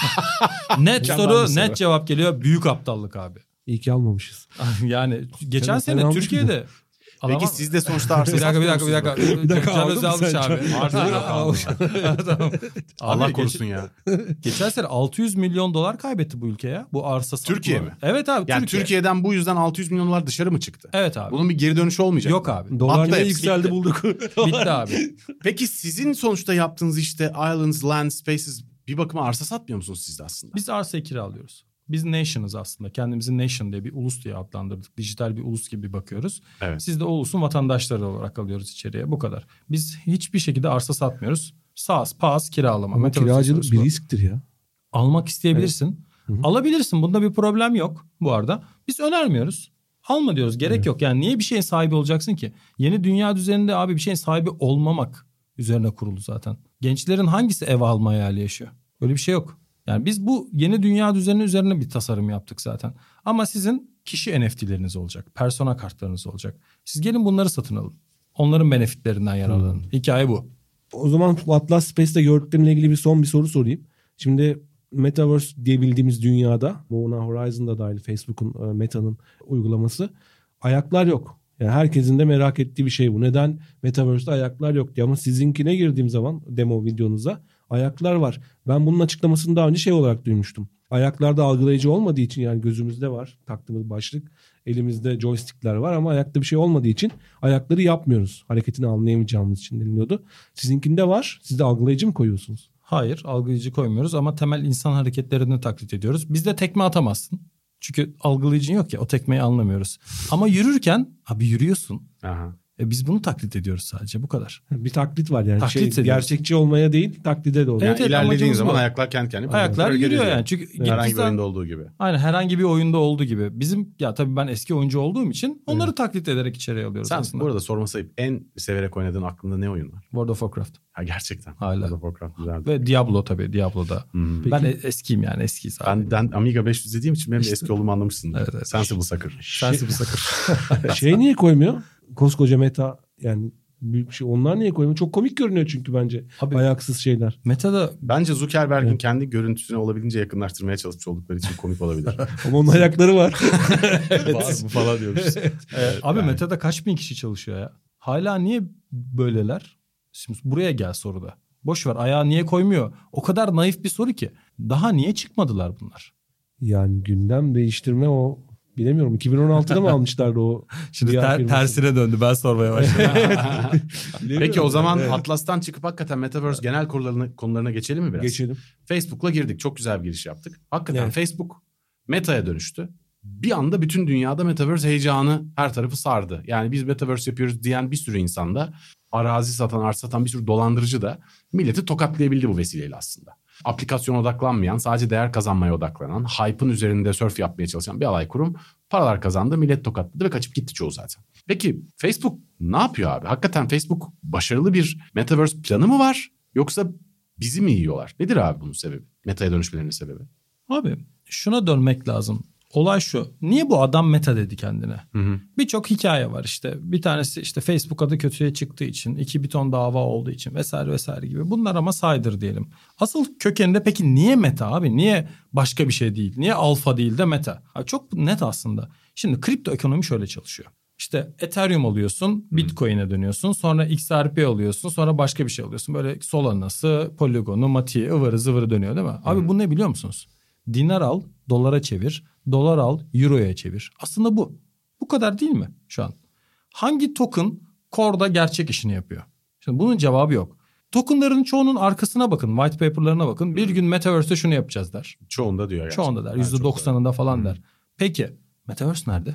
Speaker 3: Net
Speaker 2: Mükemmel
Speaker 3: soru,
Speaker 2: bir soru.
Speaker 3: net cevap geliyor. Büyük aptallık abi.
Speaker 4: İyi ki almamışız.
Speaker 3: Yani geçen
Speaker 4: Sen
Speaker 3: sene
Speaker 4: almış
Speaker 3: Türkiye'de...
Speaker 2: Peki siz de sonuçta arsa
Speaker 3: Bir dakika.
Speaker 2: satmıyor musunuz?
Speaker 3: Can
Speaker 4: aldın
Speaker 3: Öz
Speaker 4: mı
Speaker 3: almış
Speaker 4: sen?
Speaker 3: abi.
Speaker 2: Harbiden yok
Speaker 3: Almış. Tamam.
Speaker 2: Allah
Speaker 3: Abi,
Speaker 2: korusun ya.
Speaker 3: Geçen sene 600 milyon dolar kaybetti bu ülke ya. Bu arsa satma.
Speaker 2: Türkiye mi?
Speaker 3: Evet abi,
Speaker 2: Yani
Speaker 3: Türkiye.
Speaker 2: Türkiye'den bu yüzden 600 milyon dolar dışarı mı çıktı?
Speaker 3: Evet abi.
Speaker 2: Bunun bir geri dönüşü olmayacak.
Speaker 3: Yok abi.
Speaker 4: Dolar
Speaker 2: Battı
Speaker 4: yine
Speaker 2: hepsi,
Speaker 4: yükseldi
Speaker 3: bitti.
Speaker 4: bulduk.
Speaker 3: Bitti abi.
Speaker 2: Peki sizin sonuçta yaptığınız işte Islands, Land, Spaces bir bakıma arsa satmıyor musunuz siz de aslında?
Speaker 3: Biz arsayı kiralıyoruz. Biz nation'ız aslında. Kendimizi nation diye, bir ulus diye adlandırdık. Dijital bir ulus gibi bakıyoruz.
Speaker 2: Evet.
Speaker 3: Siz de o ulusun vatandaşları olarak alıyoruz içeriye. Bu kadar. Biz hiçbir şekilde arsa satmıyoruz. SaaS, PaaS, kiralama.
Speaker 4: Ama
Speaker 3: Metaverse
Speaker 4: kiracılık
Speaker 3: sorusu
Speaker 4: bir
Speaker 3: bu.
Speaker 4: risktir ya.
Speaker 3: Almak isteyebilirsin. Alabilirsin. Bunda bir problem yok bu arada. Biz önermiyoruz. Alma diyoruz. Gerek yok. Yani niye bir şeyin sahibi olacaksın ki? Yeni dünya düzeninde abi bir şeyin sahibi olmamak üzerine kurulu zaten. Gençlerin hangisi ev alma hayali yaşıyor? Öyle bir şey yok. Yani biz bu yeni dünya düzeni üzerine bir tasarım yaptık zaten. Ama sizin kişi NFT'leriniz olacak. Persona kartlarınız olacak. Siz gelin bunları satın alın. Onların benefitlerinden yararlanın. Hikaye bu.
Speaker 4: O zaman bu Atlas Space'te gördüklerimle ilgili bir soru sorayım. Şimdi Metaverse diye bildiğimiz dünyada, bu ona Horizon'da dahil Facebook'un, Meta'nın uygulaması, ayaklar yok. Yani herkesin de merak ettiği bir şey bu. Neden Metaverse'de ayaklar yok diye. Ama sizinkine girdiğim zaman demo videonuza ayaklar var. Ben bunun açıklamasını daha önce şey olarak duymuştum. ayaklarda algılayıcı olmadığı için, yani gözümüzde var taktığımız başlık, elimizde joystickler var ama ayakta bir şey olmadığı için ayakları yapmıyoruz. Hareketini anlayamayacağımız için deniliyordu. Sizinkinde var. Siz de algılayıcı mı koyuyorsunuz?
Speaker 3: Hayır, algılayıcı koymuyoruz ama temel insan hareketlerini taklit ediyoruz. Bizde tekme atamazsın. Çünkü algılayıcın yok ya, o tekmeyi anlamıyoruz. Ama yürürken abi yürüyorsun.
Speaker 2: Aha.
Speaker 3: Biz bunu taklit ediyoruz sadece, bu kadar.
Speaker 4: Bir taklit var yani.
Speaker 3: Taklit ediyoruz.
Speaker 4: Gerçekçi olmaya değil, taklide de oluyor.
Speaker 2: Yani ilerlediğin
Speaker 3: amacımız
Speaker 2: zaman
Speaker 3: bu.
Speaker 2: ayaklar kendi kendine.
Speaker 3: Ayaklar yürüyor yani. Çünkü
Speaker 2: herhangi bir oyunda olduğu gibi.
Speaker 3: Aynen, herhangi bir oyunda olduğu gibi. Bizim ya tabii ben eski oyuncu olduğum için onları taklit ederek içeriye alıyoruz
Speaker 2: Sen
Speaker 3: aslında.
Speaker 2: bu arada sorması ayıp, en severek oynadığın aklında ne oyun var?
Speaker 3: World of Warcraft.
Speaker 2: Ha, gerçekten.
Speaker 3: Hala.
Speaker 2: World of Warcraft güzeldi.
Speaker 3: Ve Diablo tabii, Diablo'da.
Speaker 4: Peki.
Speaker 3: Ben eskiyim yani, eskiyiz abi.
Speaker 2: Ben Amiga 500 dediğim için benim de
Speaker 3: İşte.
Speaker 2: eski olduğumu anlamışsın.
Speaker 3: Evet.
Speaker 2: Sensible Sucker.
Speaker 3: Sensible Sucker.
Speaker 4: Şey niye koymuyor? Koskoca meta yani büyük bir şey. Onlar niye koymuyor? Çok komik görünüyor çünkü bence.
Speaker 3: Abi,
Speaker 4: ayaksız şeyler.
Speaker 3: Meta'da
Speaker 2: Bence Zuckerberg'in kendi görüntüsüne olabildiğince yakınlaştırmaya çalışmış oldukları için komik olabilir.
Speaker 4: Ama onun ayakları var.
Speaker 2: Var mı falan diyoruz.
Speaker 3: abi
Speaker 2: yani.
Speaker 3: Meta'da kaç bin kişi çalışıyor ya? Hala niye böyleler? Şimdi buraya gel soruda. Boş ver, ayağı niye koymuyor? O kadar naif bir soru ki. Daha niye çıkmadılar bunlar?
Speaker 4: Yani gündem değiştirme o, bilemiyorum. 2016'da mı almışlardı o?
Speaker 3: Şimdi
Speaker 4: VR firması?
Speaker 3: tersine döndü, ben sormaya başladım.
Speaker 2: Peki o zaman
Speaker 4: Evet.
Speaker 2: Atlas'tan çıkıp hakikaten Metaverse genel konularına geçelim mi biraz?
Speaker 4: Geçelim.
Speaker 2: Facebook'la girdik. Çok güzel bir giriş yaptık. Hakikaten
Speaker 4: Evet.
Speaker 2: Facebook Meta'ya dönüştü. Bir anda bütün dünyada Metaverse heyecanı her tarafı sardı. Yani biz Metaverse yapıyoruz diyen bir sürü insan da, arazi satan, arsa satan bir sürü dolandırıcı da milleti tokatlayabildi bu vesileyle aslında. Aplikasyona odaklanmayan, sadece değer kazanmaya odaklanan, hype'ın üzerinde surf yapmaya çalışan bir alay kurum paralar kazandı, millet tokatladı ve kaçıp gitti çoğu zaten. Peki Facebook ne yapıyor abi? Hakikaten Facebook başarılı bir Metaverse planı mı var? Yoksa bizi mi yiyorlar? Nedir abi bunun sebebi? Meta'ya dönüşmelerinin sebebi?
Speaker 3: Abi şuna dönmek lazım. Olay şu. Niye bu adam Meta dedi kendine? Birçok hikaye var işte. Bir tanesi işte Facebook adı kötüye çıktığı için, bir ton dava olduğu için vesaire vesaire gibi. Bunlar ama saydır diyelim. Asıl kökeninde peki niye Meta abi? Niye başka bir şey değil? Niye alfa değil de Meta? Abi çok net aslında. Şimdi kripto ekonomi şöyle çalışıyor. İşte Ethereum alıyorsun, Bitcoin'e dönüyorsun, sonra XRP alıyorsun, sonra başka bir şey alıyorsun. Böyle Solana'sı, Polygon'u, Mati'yi, ıvırı zıvırı dönüyor değil mi? Abi bu ne biliyor musunuz? Dinar al, dolara çevir. Dolar al, euroya çevir. Aslında bu. Bu kadar değil mi şu an? Hangi token core'da gerçek işini yapıyor? Şimdi bunun cevabı yok. Tokenların çoğunun arkasına bakın, white paper'larına bakın. Bir gün Metaverse'de şunu yapacağız der.
Speaker 2: Çoğunda diyor gerçekten.
Speaker 3: Çoğunda der. %90'ında falan der. Peki Metaverse nerede?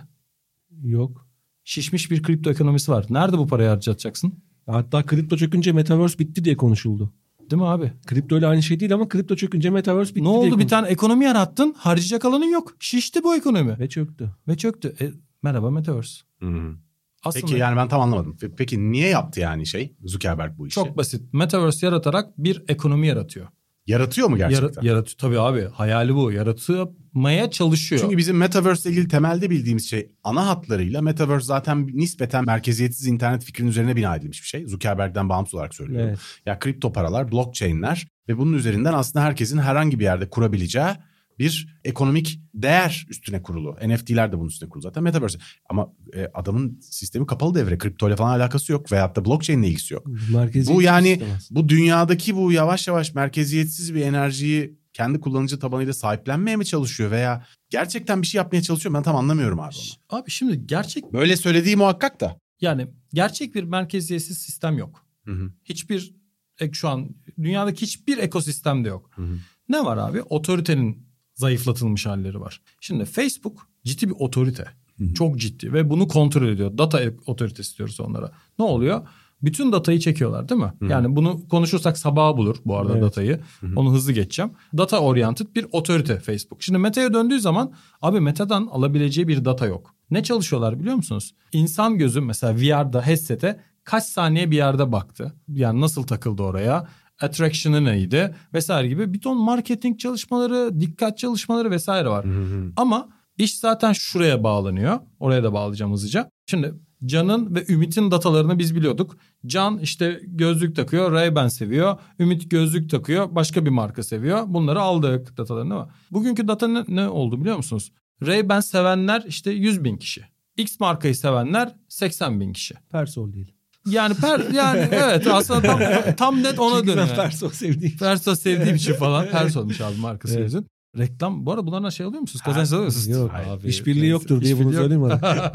Speaker 4: Yok.
Speaker 3: Şişmiş bir kripto ekonomisi var. Nerede bu parayı harcatacaksın?
Speaker 4: Hatta kripto çökünce Metaverse bitti diye konuşuldu.
Speaker 3: Değil mi abi?
Speaker 4: Kripto ile aynı şey değil ama kripto çökünce Metaverse bitti
Speaker 3: Ne
Speaker 4: diye
Speaker 3: oldu? Bir
Speaker 4: konuşuldu.
Speaker 3: tane ekonomi yarattın. Harcayacak alanın yok. Şişti bu ekonomi.
Speaker 4: Ve çöktü.
Speaker 3: Ve çöktü. Merhaba Metaverse. Aslında
Speaker 2: Peki yani ben tam anlamadım. Peki niye yaptı yani Zuckerberg bu işi?
Speaker 3: çok basit. Metaverse yaratarak bir ekonomi yaratıyor.
Speaker 2: Yaratıyor mu gerçekten?
Speaker 3: Yaratıyor tabii abi. Hayali bu. Yaratmaya çalışıyor.
Speaker 2: Çünkü bizim Metaverse ile ilgili temelde bildiğimiz şey, ana hatlarıyla Metaverse zaten nispeten merkeziyetsiz internet fikrinin üzerine bina edilmiş bir şey. Zuckerberg'den bağımsız olarak söylüyorum.
Speaker 4: Evet.
Speaker 2: Ya kripto paralar, blockchain'ler ve bunun üzerinden aslında herkesin herhangi bir yerde kurabileceği bir ekonomik değer üstüne kurulu. NFT'ler de bunun üstüne kurulu zaten Metaverse. Ama adamın sistemi kapalı devre. Kripto ile falan alakası yok veyahut da blockchain ile ilgisi yok. Bu yani bu dünyadaki bu yavaş yavaş merkeziyetsiz bir enerjiyi kendi kullanıcı tabanıyla sahiplenmeye mi çalışıyor veya gerçekten bir şey yapmaya çalışıyor? Ben tam anlamıyorum abi onu.
Speaker 3: Abi şimdi gerçek,
Speaker 2: Böyle söylediği muhakkak da.
Speaker 3: yani gerçek bir merkeziyetsiz sistem yok. Hiçbir şu an dünyadaki hiçbir ekosistemde yok. Ne var abi? Otoritenin zayıflatılmış halleri var. Şimdi Facebook ciddi bir otorite. Çok ciddi ve bunu kontrol ediyor. Data otoritesi diyoruz onlara. Ne oluyor? Bütün datayı çekiyorlar değil mi? Yani bunu konuşursak sabaha bulur bu arada datayı. Onu hızlı geçeceğim. Data oriented bir otorite Facebook. Şimdi Meta'ya döndüğü zaman abi Meta'dan alabileceği bir data yok. Ne çalışıyorlar biliyor musunuz? İnsan gözü mesela VR'da headset'e kaç saniye bir yerde baktı. Yani nasıl takıldı oraya? Attraction'ı neydi? Vesaire gibi bir ton marketing çalışmaları, dikkat çalışmaları vesaire var. Ama iş zaten şuraya bağlanıyor. Oraya da bağlayacağım hızlıca. Şimdi Can'ın ve Ümit'in datalarını biz biliyorduk. Can işte gözlük takıyor, Ray-Ban seviyor. Ümit gözlük takıyor, başka bir marka seviyor. Bunları aldık datalarını ama bugünkü data ne oldu biliyor musunuz? Ray-Ban sevenler işte 100.000 kişi. X markayı sevenler 80.000 kişi.
Speaker 4: Persol değil.
Speaker 3: Yani yani evet aslında tam net ona
Speaker 4: Çünkü
Speaker 3: dönüyor.
Speaker 4: ben Persol sevdiğim.
Speaker 3: Persol sevdiğim için falan. Persol'muş abi markası yüzün. reklam. Bu arada bunlardan şey alıyor musunuz? Kazanç alıyor musunuz?
Speaker 4: Yok
Speaker 3: abi.
Speaker 4: İşbirliği yoktur diye bunu söyleyeyim bana.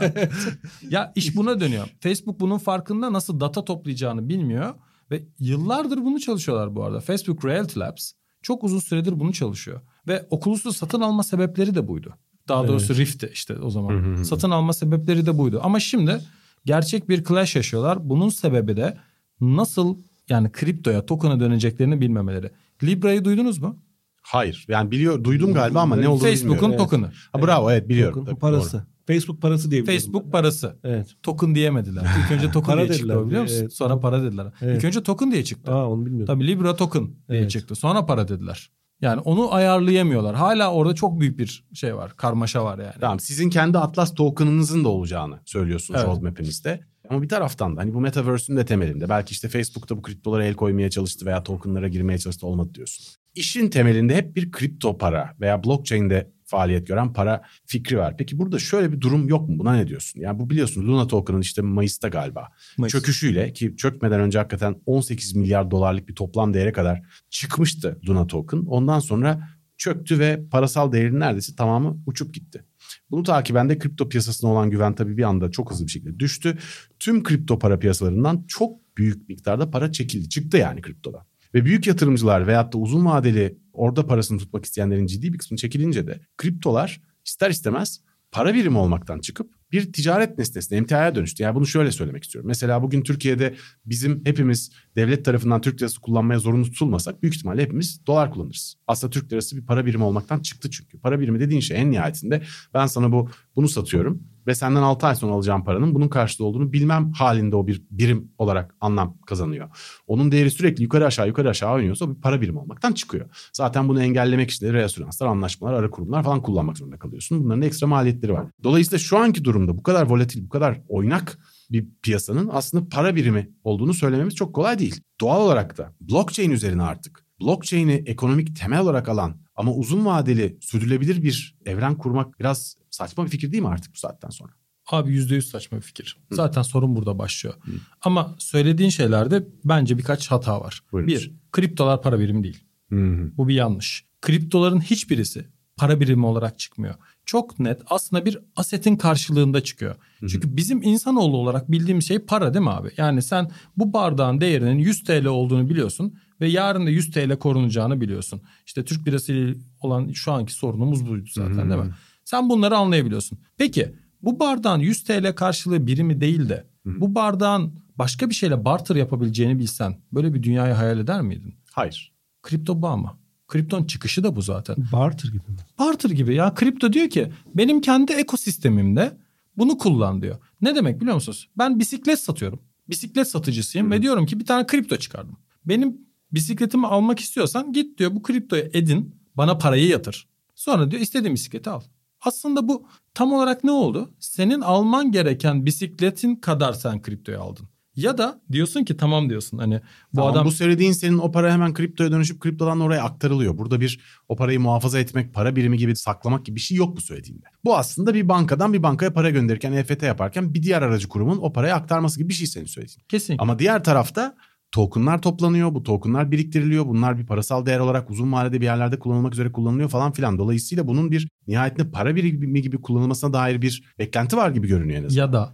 Speaker 3: Ya iş buna dönüyor. Facebook bunun farkında, nasıl data toplayacağını bilmiyor. Ve yıllardır bunu çalışıyorlar bu arada. Facebook Reality Labs çok uzun süredir bunu çalışıyor. Ve Oculus'u satın alma sebepleri de buydu. Daha doğrusu Rift'ti işte o zaman. Satın alma sebepleri de buydu. Ama şimdi gerçek bir clash yaşıyorlar. Bunun sebebi de nasıl yani kriptoya, token'a döneceklerini bilmemeleri. Libra'yı duydunuz mu?
Speaker 2: Hayır. Yani duydum galiba ama ne olduğunu bilmiyorum.
Speaker 3: Facebook'un token'ı.
Speaker 2: Ha, bravo, evet biliyorum.
Speaker 4: Token, parası. Doğru. Facebook parası diye biliyorum.
Speaker 3: Facebook parası.
Speaker 4: Evet.
Speaker 3: Token diyemediler. İlk önce token diye çıktı, biliyor musun? Evet. Sonra para dediler. Evet. İlk önce token diye çıktı.
Speaker 4: Onu bilmiyordum.
Speaker 3: Tabii Libra token diye çıktı. Sonra para dediler. Yani onu ayarlayamıyorlar. Hala orada çok büyük bir şey var. Karmaşa var yani.
Speaker 2: Tamam, sizin kendi Atlas token'ınızın da olacağını söylüyorsunuz roadmap'inizde. Ama bir taraftan da hani bu Metaverse'ün de temelinde belki işte Facebook'ta bu kriptolara el koymaya çalıştı veya token'lara girmeye çalıştı, olmadı diyorsun. İşin temelinde hep bir kripto para veya blockchain'de faaliyet gören para fikri var. Peki burada şöyle bir durum yok mu? Buna ne diyorsun? Yani bu biliyorsun Luna token'ın işte Mayıs'ta galiba çöküşüyle, ki çökmeden önce hakikaten 18 milyar dolarlık bir toplam değere kadar çıkmıştı Luna token. Ondan sonra çöktü ve parasal değerinin neredeyse tamamı uçup gitti. Bunu takiben de kripto piyasasına olan güven tabii bir anda çok hızlı bir şekilde düştü. Tüm kripto para piyasalarından çok büyük miktarda para çıktı yani kriptoda. Ve büyük yatırımcılar veyahut da uzun vadeli orada parasını tutmak isteyenlerin ciddi bir kısmı çekilince de kriptolar ister istemez para birimi olmaktan çıkıp bir ticaret nesnesine, emtiaya dönüştü. Yani bunu şöyle söylemek istiyorum. Mesela bugün Türkiye'de bizim hepimiz devlet tarafından Türk lirası kullanmaya zorunlu tutulmasak büyük ihtimalle hepimiz dolar kullanırız. Aslında Türk lirası bir para birimi olmaktan çıktı çünkü. Para birimi dediğin şey en nihayetinde ben sana bunu satıyorum ve senden 6 ay sonra alacağım paranın bunun karşılığı olduğunu bilmem halinde o bir birim olarak anlam kazanıyor. Onun değeri sürekli yukarı aşağı oynuyorsa o bir para birimi olmaktan çıkıyor. Zaten bunu engellemek için de reasüranslar, anlaşmalar, ara kurumlar falan kullanmak zorunda kalıyorsun. Bunların ekstra maliyetleri var. Dolayısıyla şu anki durumda bu kadar volatil, bu kadar oynak bir piyasanın aslında para birimi olduğunu söylememiz çok kolay değil. Doğal olarak da blockchain üzerine artık blockchain'i ekonomik temel olarak alan ama uzun vadeli sürdürülebilir bir evren kurmak biraz saçma bir fikir değil mi artık bu saatten sonra?
Speaker 3: Abi %100 saçma bir fikir. Zaten sorun burada başlıyor. Ama söylediğin şeylerde bence birkaç hata var.
Speaker 2: Buyurun.
Speaker 3: Bir, kriptolar para birimi değil. Bu bir yanlış. Kriptoların hiçbirisi para birimi olarak çıkmıyor. Çok net aslında bir asetin karşılığında çıkıyor. Çünkü bizim insanoğlu olarak bildiğimiz şey para değil mi abi? Yani sen bu bardağın değerinin 100 TL olduğunu biliyorsun ve yarın da 100 TL korunacağını biliyorsun. İşte Türk lirası ile olan şu anki sorunumuz buydu zaten değil mi? Sen bunları anlayabiliyorsun. Peki bu bardağın 100 TL karşılığı birimi değil de bu bardağın başka bir şeyle barter yapabileceğini bilsen böyle bir dünyayı hayal eder miydin?
Speaker 2: Hayır.
Speaker 3: Kripto bu ama. Kriptonun çıkışı da bu zaten.
Speaker 4: Barter gibi mi?
Speaker 3: Barter gibi ya. Kripto diyor ki benim kendi ekosistemimde bunu kullan diyor. Ne demek biliyor musunuz? Ben bisiklet satıyorum. Bisiklet satıcısıyım ve diyorum ki bir tane kripto çıkardım. Benim bisikletimi almak istiyorsan git diyor bu kriptoyu edin, bana parayı yatır. Sonra diyor istediğin bisikleti al. Aslında bu tam olarak ne oldu? Senin alman gereken bisikletin kadar sen kriptoyu aldın. Ya da diyorsun ki tamam diyorsun hani
Speaker 2: bu söylediğin senin o para hemen kriptoya dönüşüp kriptodan oraya aktarılıyor. Burada bir o parayı muhafaza etmek, para birimi gibi saklamak gibi bir şey yok bu söylediğinde. Bu aslında bir bankadan bir bankaya para gönderirken, EFT yaparken bir diğer aracı kurumun o parayı aktarması gibi bir şey senin söylediğin.
Speaker 3: Kesinlikle.
Speaker 2: Ama diğer tarafta tokenlar toplanıyor, bu tokenlar biriktiriliyor. Bunlar bir parasal değer olarak uzun vadede bir yerlerde kullanılmak üzere kullanılıyor falan filan. Dolayısıyla bunun bir nihayetinde para birimi gibi kullanılmasına dair bir beklenti var gibi görünüyor en azından.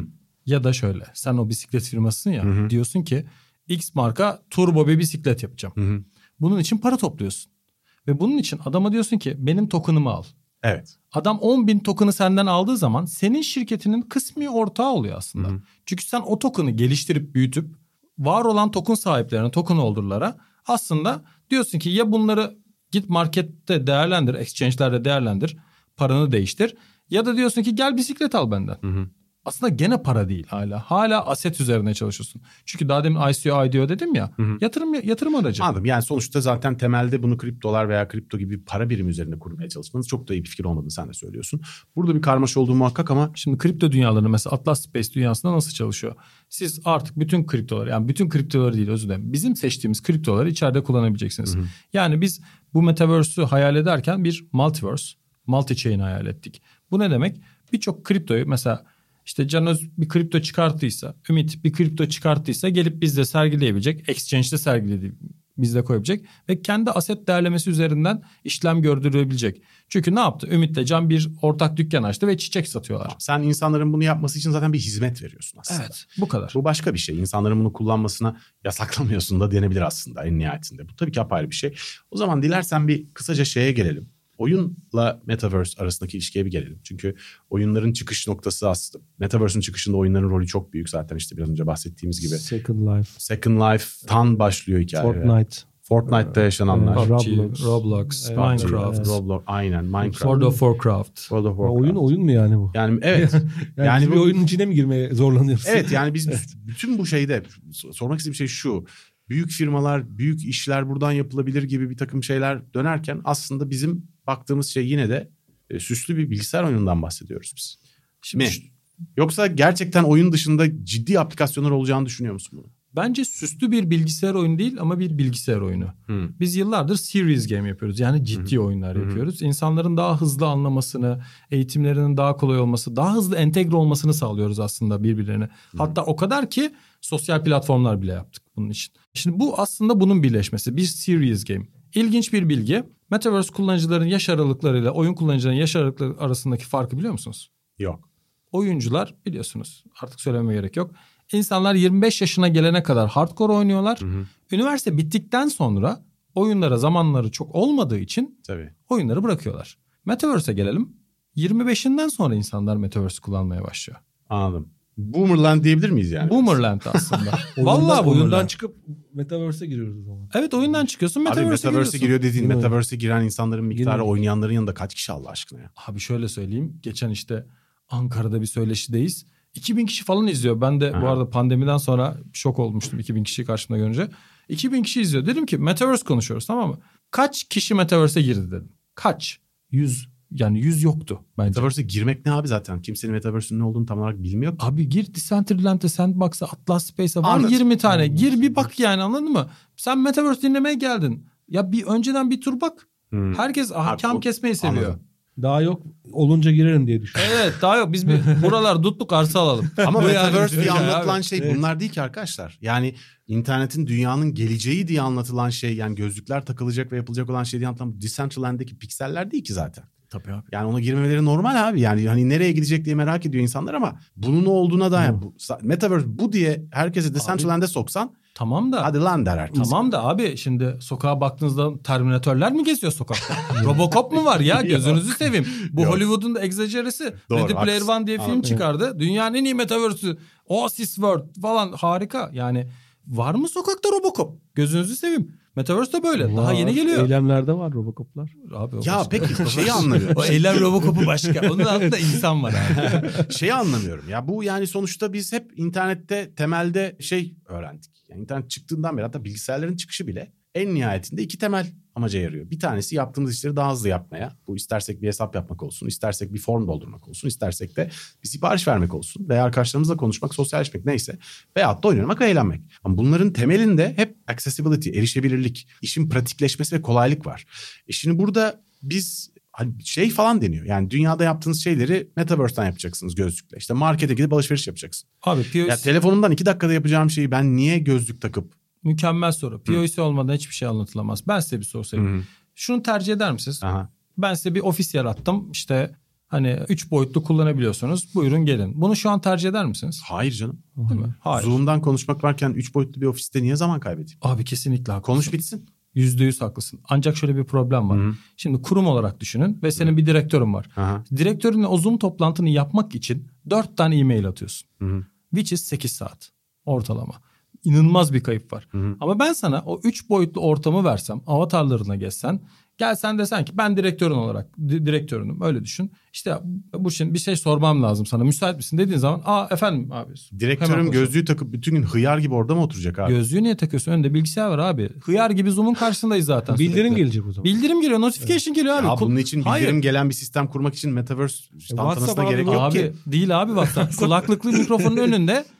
Speaker 3: Ya da şöyle sen o bisiklet firmasısın ya diyorsun ki X marka turbo bir bisiklet yapacağım. Bunun için para topluyorsun. Ve bunun için adama diyorsun ki benim token'ımı al.
Speaker 2: Evet.
Speaker 3: Adam 10.000 token'ı senden aldığı zaman senin şirketinin kısmi ortağı oluyor aslında. Çünkü sen o token'ı geliştirip büyütüp var olan token sahiplerine, token holder'lara aslında diyorsun ki ya bunları git markette değerlendir, exchange'lerde değerlendir, paranı değiştir. Ya da diyorsun ki gel bisiklet al benden. Aslında gene para değil hala. Hala aset üzerine çalışıyorsun. Çünkü daha demin ICO, IDO dedim ya. Yatırım aracı.
Speaker 2: Anladım. Yani sonuçta zaten temelde bunu kriptolar veya kripto gibi bir para birimi üzerine kurmaya çalışmanız çok da iyi bir fikir olmadığını sen de söylüyorsun. Burada bir karmaşa olduğu muhakkak ama
Speaker 3: şimdi kripto dünyalarında mesela Atlas Space dünyasında nasıl çalışıyor? Siz artık bütün kriptoları, yani bütün kriptoları değil özür dilerim, bizim seçtiğimiz kriptoları içeride kullanabileceksiniz. Yani biz bu metaverse'ü hayal ederken bir multiverse, multi-chain hayal ettik. Bu ne demek? Birçok kriptoyu mesela İşte Can Öz bir kripto çıkarttıysa, Ümit bir kripto çıkarttıysa gelip bizde sergileyebilecek, exchange'de bizde koyabilecek ve kendi aset değerlemesi üzerinden işlem gördürebilecek. Çünkü ne yaptı? Ümit'le Can bir ortak dükkan açtı ve çiçek satıyorlar.
Speaker 2: Sen insanların bunu yapması için zaten bir hizmet veriyorsun aslında.
Speaker 3: Evet, bu kadar.
Speaker 2: Bu başka bir şey. İnsanların bunu kullanmasına yasaklamıyorsun da denebilir aslında en nihayetinde. Bu tabii ki apayrı bir şey. O zaman dilersen bir kısaca şeye gelelim. Oyunla Metaverse arasındaki ilişkiye bir gelelim. Çünkü oyunların çıkış noktası aslında. Metaverse'ün çıkışında oyunların rolü çok büyük zaten işte biraz önce bahsettiğimiz gibi. Second Life'tan başlıyor hikaye. Fortnite'da yaşananlar.
Speaker 3: Roblox, Minecraft.
Speaker 2: Roblox, aynen Minecraft.
Speaker 3: World of Warcraft.
Speaker 4: Oyun mu yani bu?
Speaker 2: Yani evet.
Speaker 4: yani biz bir oyunun içine mi girmeye zorlanıyoruz?
Speaker 2: Evet yani biz bütün bu şeyde sormak istediğim şey şu. Büyük firmalar, büyük işler buradan yapılabilir gibi bir takım şeyler dönerken aslında bizim baktığımız şey yine de süslü bir bilgisayar oyunundan bahsediyoruz biz. Şimdi yoksa gerçekten oyun dışında ciddi aplikasyonlar olacağını düşünüyor musun bunu?
Speaker 3: Bence süslü bir bilgisayar oyunu değil ama bir bilgisayar oyunu. Biz yıllardır serious game yapıyoruz. Yani ciddi oyunlar yapıyoruz. İnsanların daha hızlı anlamasını, eğitimlerinin daha kolay olması, daha hızlı entegre olmasını sağlıyoruz aslında birbirlerine. Hatta o kadar ki sosyal platformlar bile yaptık bunun için. Şimdi bu aslında bunun birleşmesi. Bir serious game. İlginç bir bilgi. Metaverse kullanıcıların yaş aralıklarıyla oyun kullanıcıların yaş aralıkları arasındaki farkı biliyor musunuz?
Speaker 2: Yok.
Speaker 3: Oyuncular biliyorsunuz artık söylememe gerek yok. İnsanlar 25 yaşına gelene kadar hardcore oynuyorlar. Üniversite bittikten sonra oyunlara zamanları çok olmadığı için oyunları bırakıyorlar. Metaverse'e gelelim. 25'inden sonra insanlar Metaverse kullanmaya başlıyor.
Speaker 2: Anladım. Boomerland diyebilir miyiz yani?
Speaker 3: Boomerland aslında. Vallahi
Speaker 4: oyundan çıkıp Metaverse'e giriyoruz o zaman.
Speaker 3: Evet oyundan çıkıyorsun
Speaker 2: Metaverse'e giriyor dediğin Metaverse'e giren insanların miktarı oynayanların yanında kaç kişi Allah aşkına ya?
Speaker 3: Abi şöyle söyleyeyim. Geçen işte Ankara'da bir söyleşideyiz. 2000 kişi falan izliyor. Ben de bu arada pandemiden sonra şok olmuştum 2000 kişiyi karşımda görünce. 2000 kişi izliyor. Dedim ki Metaverse konuşuyoruz tamam mı? Kaç kişi Metaverse'e girdi dedim. Kaç? 100. Yani 100 yoktu bence.
Speaker 2: Metaverse'e girmek ne abi zaten? Kimsenin Metaverse'ün ne olduğunu tam olarak bilmiyor.
Speaker 3: Abi gir Decentraland'e, Sandbox'a, Atlas Space'e var 20 tane. Gir bir bak yani anladın mı? Sen Metaverse dinlemeye geldin. Ya bir önceden bir tur bak. Herkes ahkam kesmeyi seviyor.
Speaker 2: Anladım.
Speaker 4: Daha yok olunca girerim diye düşünüyorum.
Speaker 3: Evet daha yok biz buralar tuttuk arsa alalım.
Speaker 2: Ama Metaverse diye anlatılan şey bunlar değil ki arkadaşlar. Yani internetin dünyanın geleceği diye anlatılan şey yani gözlükler takılacak ve yapılacak olan şey diye anlatılan Decentraland'deki pikseller değil ki zaten.
Speaker 3: Tabii abi.
Speaker 2: Yani ona girmeleri normal abi. Yani hani nereye gidecek diye merak ediyor insanlar ama bunun olduğuna dair Metaverse bu diye herkese Decentraland'e soksan
Speaker 3: tamam da.
Speaker 2: Hadi lan der herkes.
Speaker 3: Tamam da abi şimdi sokağa baktığınızda Terminatörler mi geziyor sokakta? Robocop mu var ya gözünüzü seveyim. Bu Hollywood'un da egzajeresi. Ready Player One diye film çıkardı. Dünyanın en iyi Metaverse'ü. Oasis World falan harika. Yani var mı sokakta Robocop? Gözünüzü seveyim. Metaverse de böyle. Daha yeni geliyor.
Speaker 4: Eylemlerde var Robocop'lar.
Speaker 2: Abi ya peki şeyi anlamıyorum.
Speaker 3: O eylem Robocop'u başka. Onun altında insan var abi.
Speaker 2: Şeyi anlamıyorum ya bu yani sonuçta biz hep internette temelde şey öğrendik. Yani internet çıktığından beri hatta bilgisayarların çıkışı bile en nihayetinde iki temel amaca yarıyor. Bir tanesi yaptığımız işleri daha hızlı yapmaya. Bu istersek bir hesap yapmak olsun, istersek bir form doldurmak olsun, istersek de bir sipariş vermek olsun veya arkadaşlarımızla konuşmak, sosyalleşmek neyse veyahut da oynamak ve eğlenmek. Ama bunların temelinde hep accessibility, erişebilirlik, işin pratikleşmesi ve kolaylık var. Şimdi burada biz hani şey falan deniyor. Yani dünyada yaptığınız şeyleri Metaverse'den yapacaksınız gözlükle. İşte markete gidip alışveriş yapacaksın.
Speaker 3: Abi
Speaker 2: ya telefonumdan 2 dakikada yapacağım şeyi ben niye gözlük takıp?
Speaker 3: Mükemmel soru. POC olmadan hiçbir şey anlatılamaz. Ben size bir soru sorayım. Şunu tercih eder misiniz?
Speaker 2: Aha.
Speaker 3: Ben size bir ofis yarattım. İşte hani 3 boyutlu kullanabiliyorsunuz. Buyurun gelin. Bunu şu an tercih eder misiniz?
Speaker 2: Hayır canım.
Speaker 3: Değil mi? Hayır.
Speaker 2: Zoom'dan konuşmak varken 3 boyutlu bir ofiste niye zaman kaybedeyim?
Speaker 3: Abi kesinlikle haklısın.
Speaker 2: Konuş bitsin.
Speaker 3: %100 haklısın. Ancak şöyle bir problem var. Şimdi kurum olarak düşünün ve senin bir direktörün var. Direktörünle o Zoom toplantını yapmak için 4 tane e-mail atıyorsun. Which is 8 saat ortalama. İnanılmaz bir kayıp var. Ama ben sana o 3 boyutlu ortamı versem, avatarlarına geçsen, gelsen desen ki ben direktörünüm öyle düşün. İşte bu şimdi bir şey sormam lazım sana. Müsait misin dediğin zaman efendim abi.
Speaker 2: Direktörüm gözlüğü takıp bütün gün hıyar gibi orada mı oturacak abi?
Speaker 3: Gözlüğü niye takıyorsun? Önünde bilgisayar var abi. Hıyar gibi Zoom'un karşısındayız zaten.
Speaker 4: Bildirim gelecek o zaman.
Speaker 3: Bildirim geliyor, notification geliyor abi.
Speaker 2: Ya bunun için bildirim gelen bir sistem kurmak için Metaverse tantanasına gerek yok
Speaker 3: abi,
Speaker 2: ki.
Speaker 3: Değil abi WhatsApp. Kulaklıklı mikrofonun önünde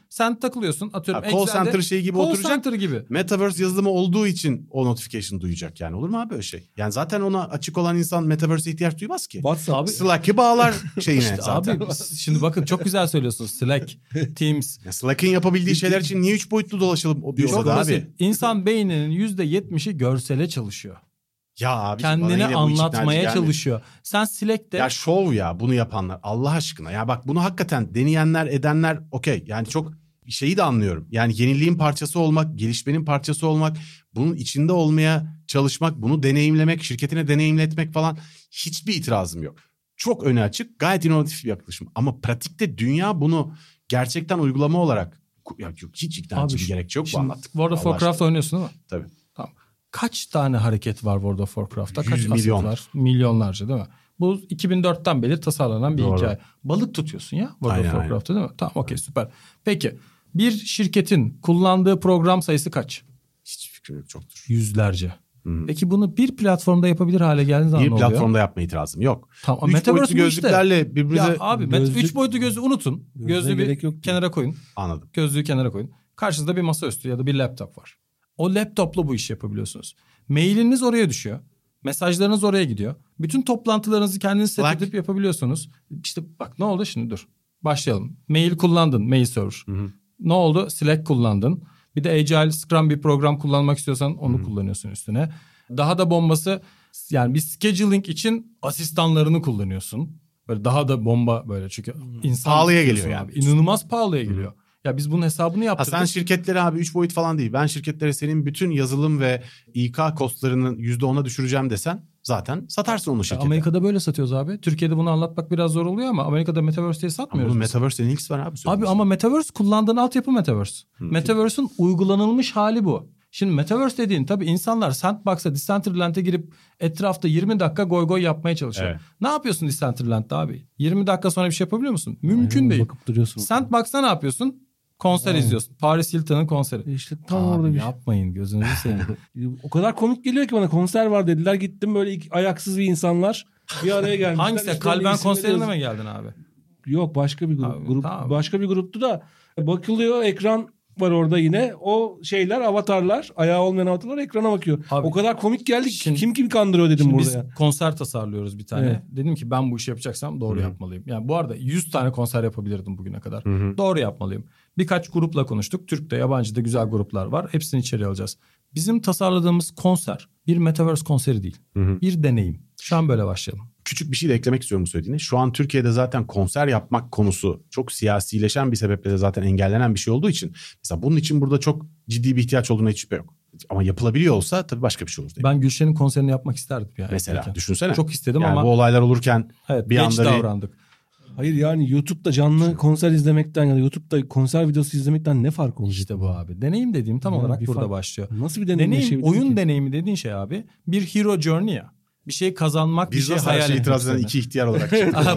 Speaker 3: Sen takılıyorsun atıyorum
Speaker 2: Call
Speaker 3: Excel'de.
Speaker 2: center şeyi gibi
Speaker 3: Call
Speaker 2: oturacak.
Speaker 3: center gibi.
Speaker 2: Metaverse yazılımı olduğu için o notification duyacak yani. Olur mu abi öyle şey? Yani zaten ona açık olan insan Metaverse'e ihtiyaç duymaz ki.
Speaker 4: WhatsApp.
Speaker 2: Slack'ı bağlar şeyine
Speaker 3: İşte
Speaker 2: zaten.
Speaker 3: abi şimdi bakın çok güzel söylüyorsunuz. Slack, Teams.
Speaker 2: Ya Slack'ın yapabildiği şeyler için niye 3 boyutlu dolaşalım o bir
Speaker 3: Çok
Speaker 2: odada
Speaker 3: basit.
Speaker 2: abi?
Speaker 3: İnsan beyninin %70'i görsele çalışıyor.
Speaker 2: Ya abi
Speaker 3: Kendini anlatmaya çalışıyor. Sen Slack'te...
Speaker 2: Ya şov ya bunu yapanlar Allah aşkına. Ya bak bunu hakikaten deneyenler edenler okey. Yani çok şeyi de anlıyorum. Yani yeniliğin parçası olmak, gelişmenin parçası olmak, bunun içinde olmaya çalışmak, bunu deneyimlemek, şirketine deneyimletmek falan hiçbir itirazım yok. Çok öne açık, gayet inovatif bir yaklaşım. Ama pratikte dünya bunu gerçekten uygulama olarak ya yok, hiç ikna edici bir gerekçe yok bu anlattık.
Speaker 3: World of Warcraft oynuyorsun değil mi?
Speaker 2: Tabii.
Speaker 3: Tamam. Kaç tane hareket var World of Warcraft'ta? Kaç
Speaker 2: 100 milyon.
Speaker 3: var? Milyonlarca değil mi? Bu 2004'ten beri tasarlanan bir hikaye. Balık tutuyorsun ya World of Warcraft'ta değil mi? Tamam okey süper. Peki bir şirketin kullandığı program sayısı kaç?
Speaker 2: Hiç fikrim yok, çoktur.
Speaker 3: Yüzlerce. Peki bunu bir platformda yapabilir hale geldiğiniz zaman ne oluyor?
Speaker 2: Bir platformda yapma itirazım yok.
Speaker 3: Tamam.
Speaker 2: 3 boyutlu gözlüklerle birbirimize...
Speaker 3: Ya abi 3 boyutlu gözlüğü unutun. Gözlüğü bir kenara koyun.
Speaker 2: Anladım.
Speaker 3: Gözlüğü kenara koyun. Karşınızda bir masaüstü ya da bir laptop var. O laptopla bu işi yapabiliyorsunuz. Mailiniz oraya düşüyor. Mesajlarınız oraya gidiyor. Bütün toplantılarınızı kendiniz set edip yapabiliyorsunuz. İşte bak ne oldu şimdi dur. Başlayalım. Mail kullandın. Mail server. Ne oldu? Slack kullandın. Bir de Agile Scrum bir program kullanmak istiyorsan onu kullanıyorsun üstüne. Daha da bombası yani bir scheduling için asistanlarını kullanıyorsun. Böyle daha da bomba böyle çünkü insan
Speaker 2: pahalıya geliyor yani.
Speaker 3: İnanılmaz pahalıya geliyor. Ya biz bunun hesabını yaptırdık.
Speaker 2: Sen şirketlere abi 3 boyut falan değil. Ben şirketlere senin bütün yazılım ve İK kostlarının %10'a düşüreceğim desen zaten satarsın onu şirkete.
Speaker 3: Amerika'da böyle satıyoruz abi. Türkiye'de bunu anlatmak biraz zor oluyor ama Amerika'da Metaverse'yi satmıyoruz.
Speaker 2: Ama Metaverse'de ne ilgisi var abi?
Speaker 3: Abi ama Metaverse kullandığın altyapı Metaverse. Metaverse'ün uygulanılmış hali bu. Şimdi Metaverse dediğin tabii insanlar Sandbox'a, Decentraland'e girip etrafta 20 dakika goy goy yapmaya çalışıyor. Evet. Ne yapıyorsun Decentraland'da abi? 20 dakika sonra bir şey yapabiliyor musun? Mümkün değil.
Speaker 4: Bakıp duruyorsun.
Speaker 3: Sandbox'ta ne yapıyorsun? Konser izliyorsun. Paris Hilton'un konseri.
Speaker 4: İşte tam orada bir
Speaker 3: yapmayın gözünüzü seveyim.
Speaker 4: O kadar komik geliyor ki bana konser var dediler. Gittim böyle ayaksız bir insanlar bir araya gelmişler.
Speaker 3: Hangisi?
Speaker 4: İşte
Speaker 3: Kalben konserine mi geldin abi?
Speaker 4: Yok başka bir grup. Tamam. Başka bir gruptu da bakılıyor ekran var orada yine. O şeyler avatarlar ayağı olmayan avatarlar ekrana bakıyor. Abi, o kadar komik geldi ki kim kandırıyor dedim burada.
Speaker 3: Biz konser tasarlıyoruz bir tane. Evet. Dedim ki ben bu işi yapacaksam doğru yapmalıyım. Yani bu arada 100 tane konser yapabilirdim bugüne kadar. Doğru yapmalıyım. Birkaç grupla konuştuk. Türk'te yabancıda güzel gruplar var. Hepsini içeri alacağız. Bizim tasarladığımız konser bir Metaverse konseri değil. Bir deneyim. Şu an böyle başlayalım.
Speaker 2: Küçük bir şey de eklemek istiyorum bu söylediğine. Şu an Türkiye'de zaten konser yapmak konusu çok siyasileşen bir sebeple de zaten engellenen bir şey olduğu için. Mesela bunun için burada çok ciddi bir ihtiyaç olduğuna hiç şüphe yok. Ama yapılabiliyor olsa tabii başka bir şey olur.
Speaker 3: Ben Gülşen'in konserini yapmak isterdim. Yani
Speaker 2: mesela düşünsene.
Speaker 3: Çok istedim
Speaker 2: yani
Speaker 3: ama.
Speaker 2: Bu olaylar olurken
Speaker 3: evet,
Speaker 2: bir anda
Speaker 3: davrandık.
Speaker 4: Hayır yani YouTube'da canlı konser izlemekten ya da YouTube'da konser videosu izlemekten ne fark olacak?
Speaker 3: İşte bu abi. Deneyim dediğim tam olarak burada başlıyor.
Speaker 4: Nasıl bir deneyim?
Speaker 3: Oyun deneyimi dediğin şey abi. Bir hero journey ya. Bir şey kazanmak, bir şey hayal etmek.
Speaker 2: Biz itiraz eden iki ihtiyar olarak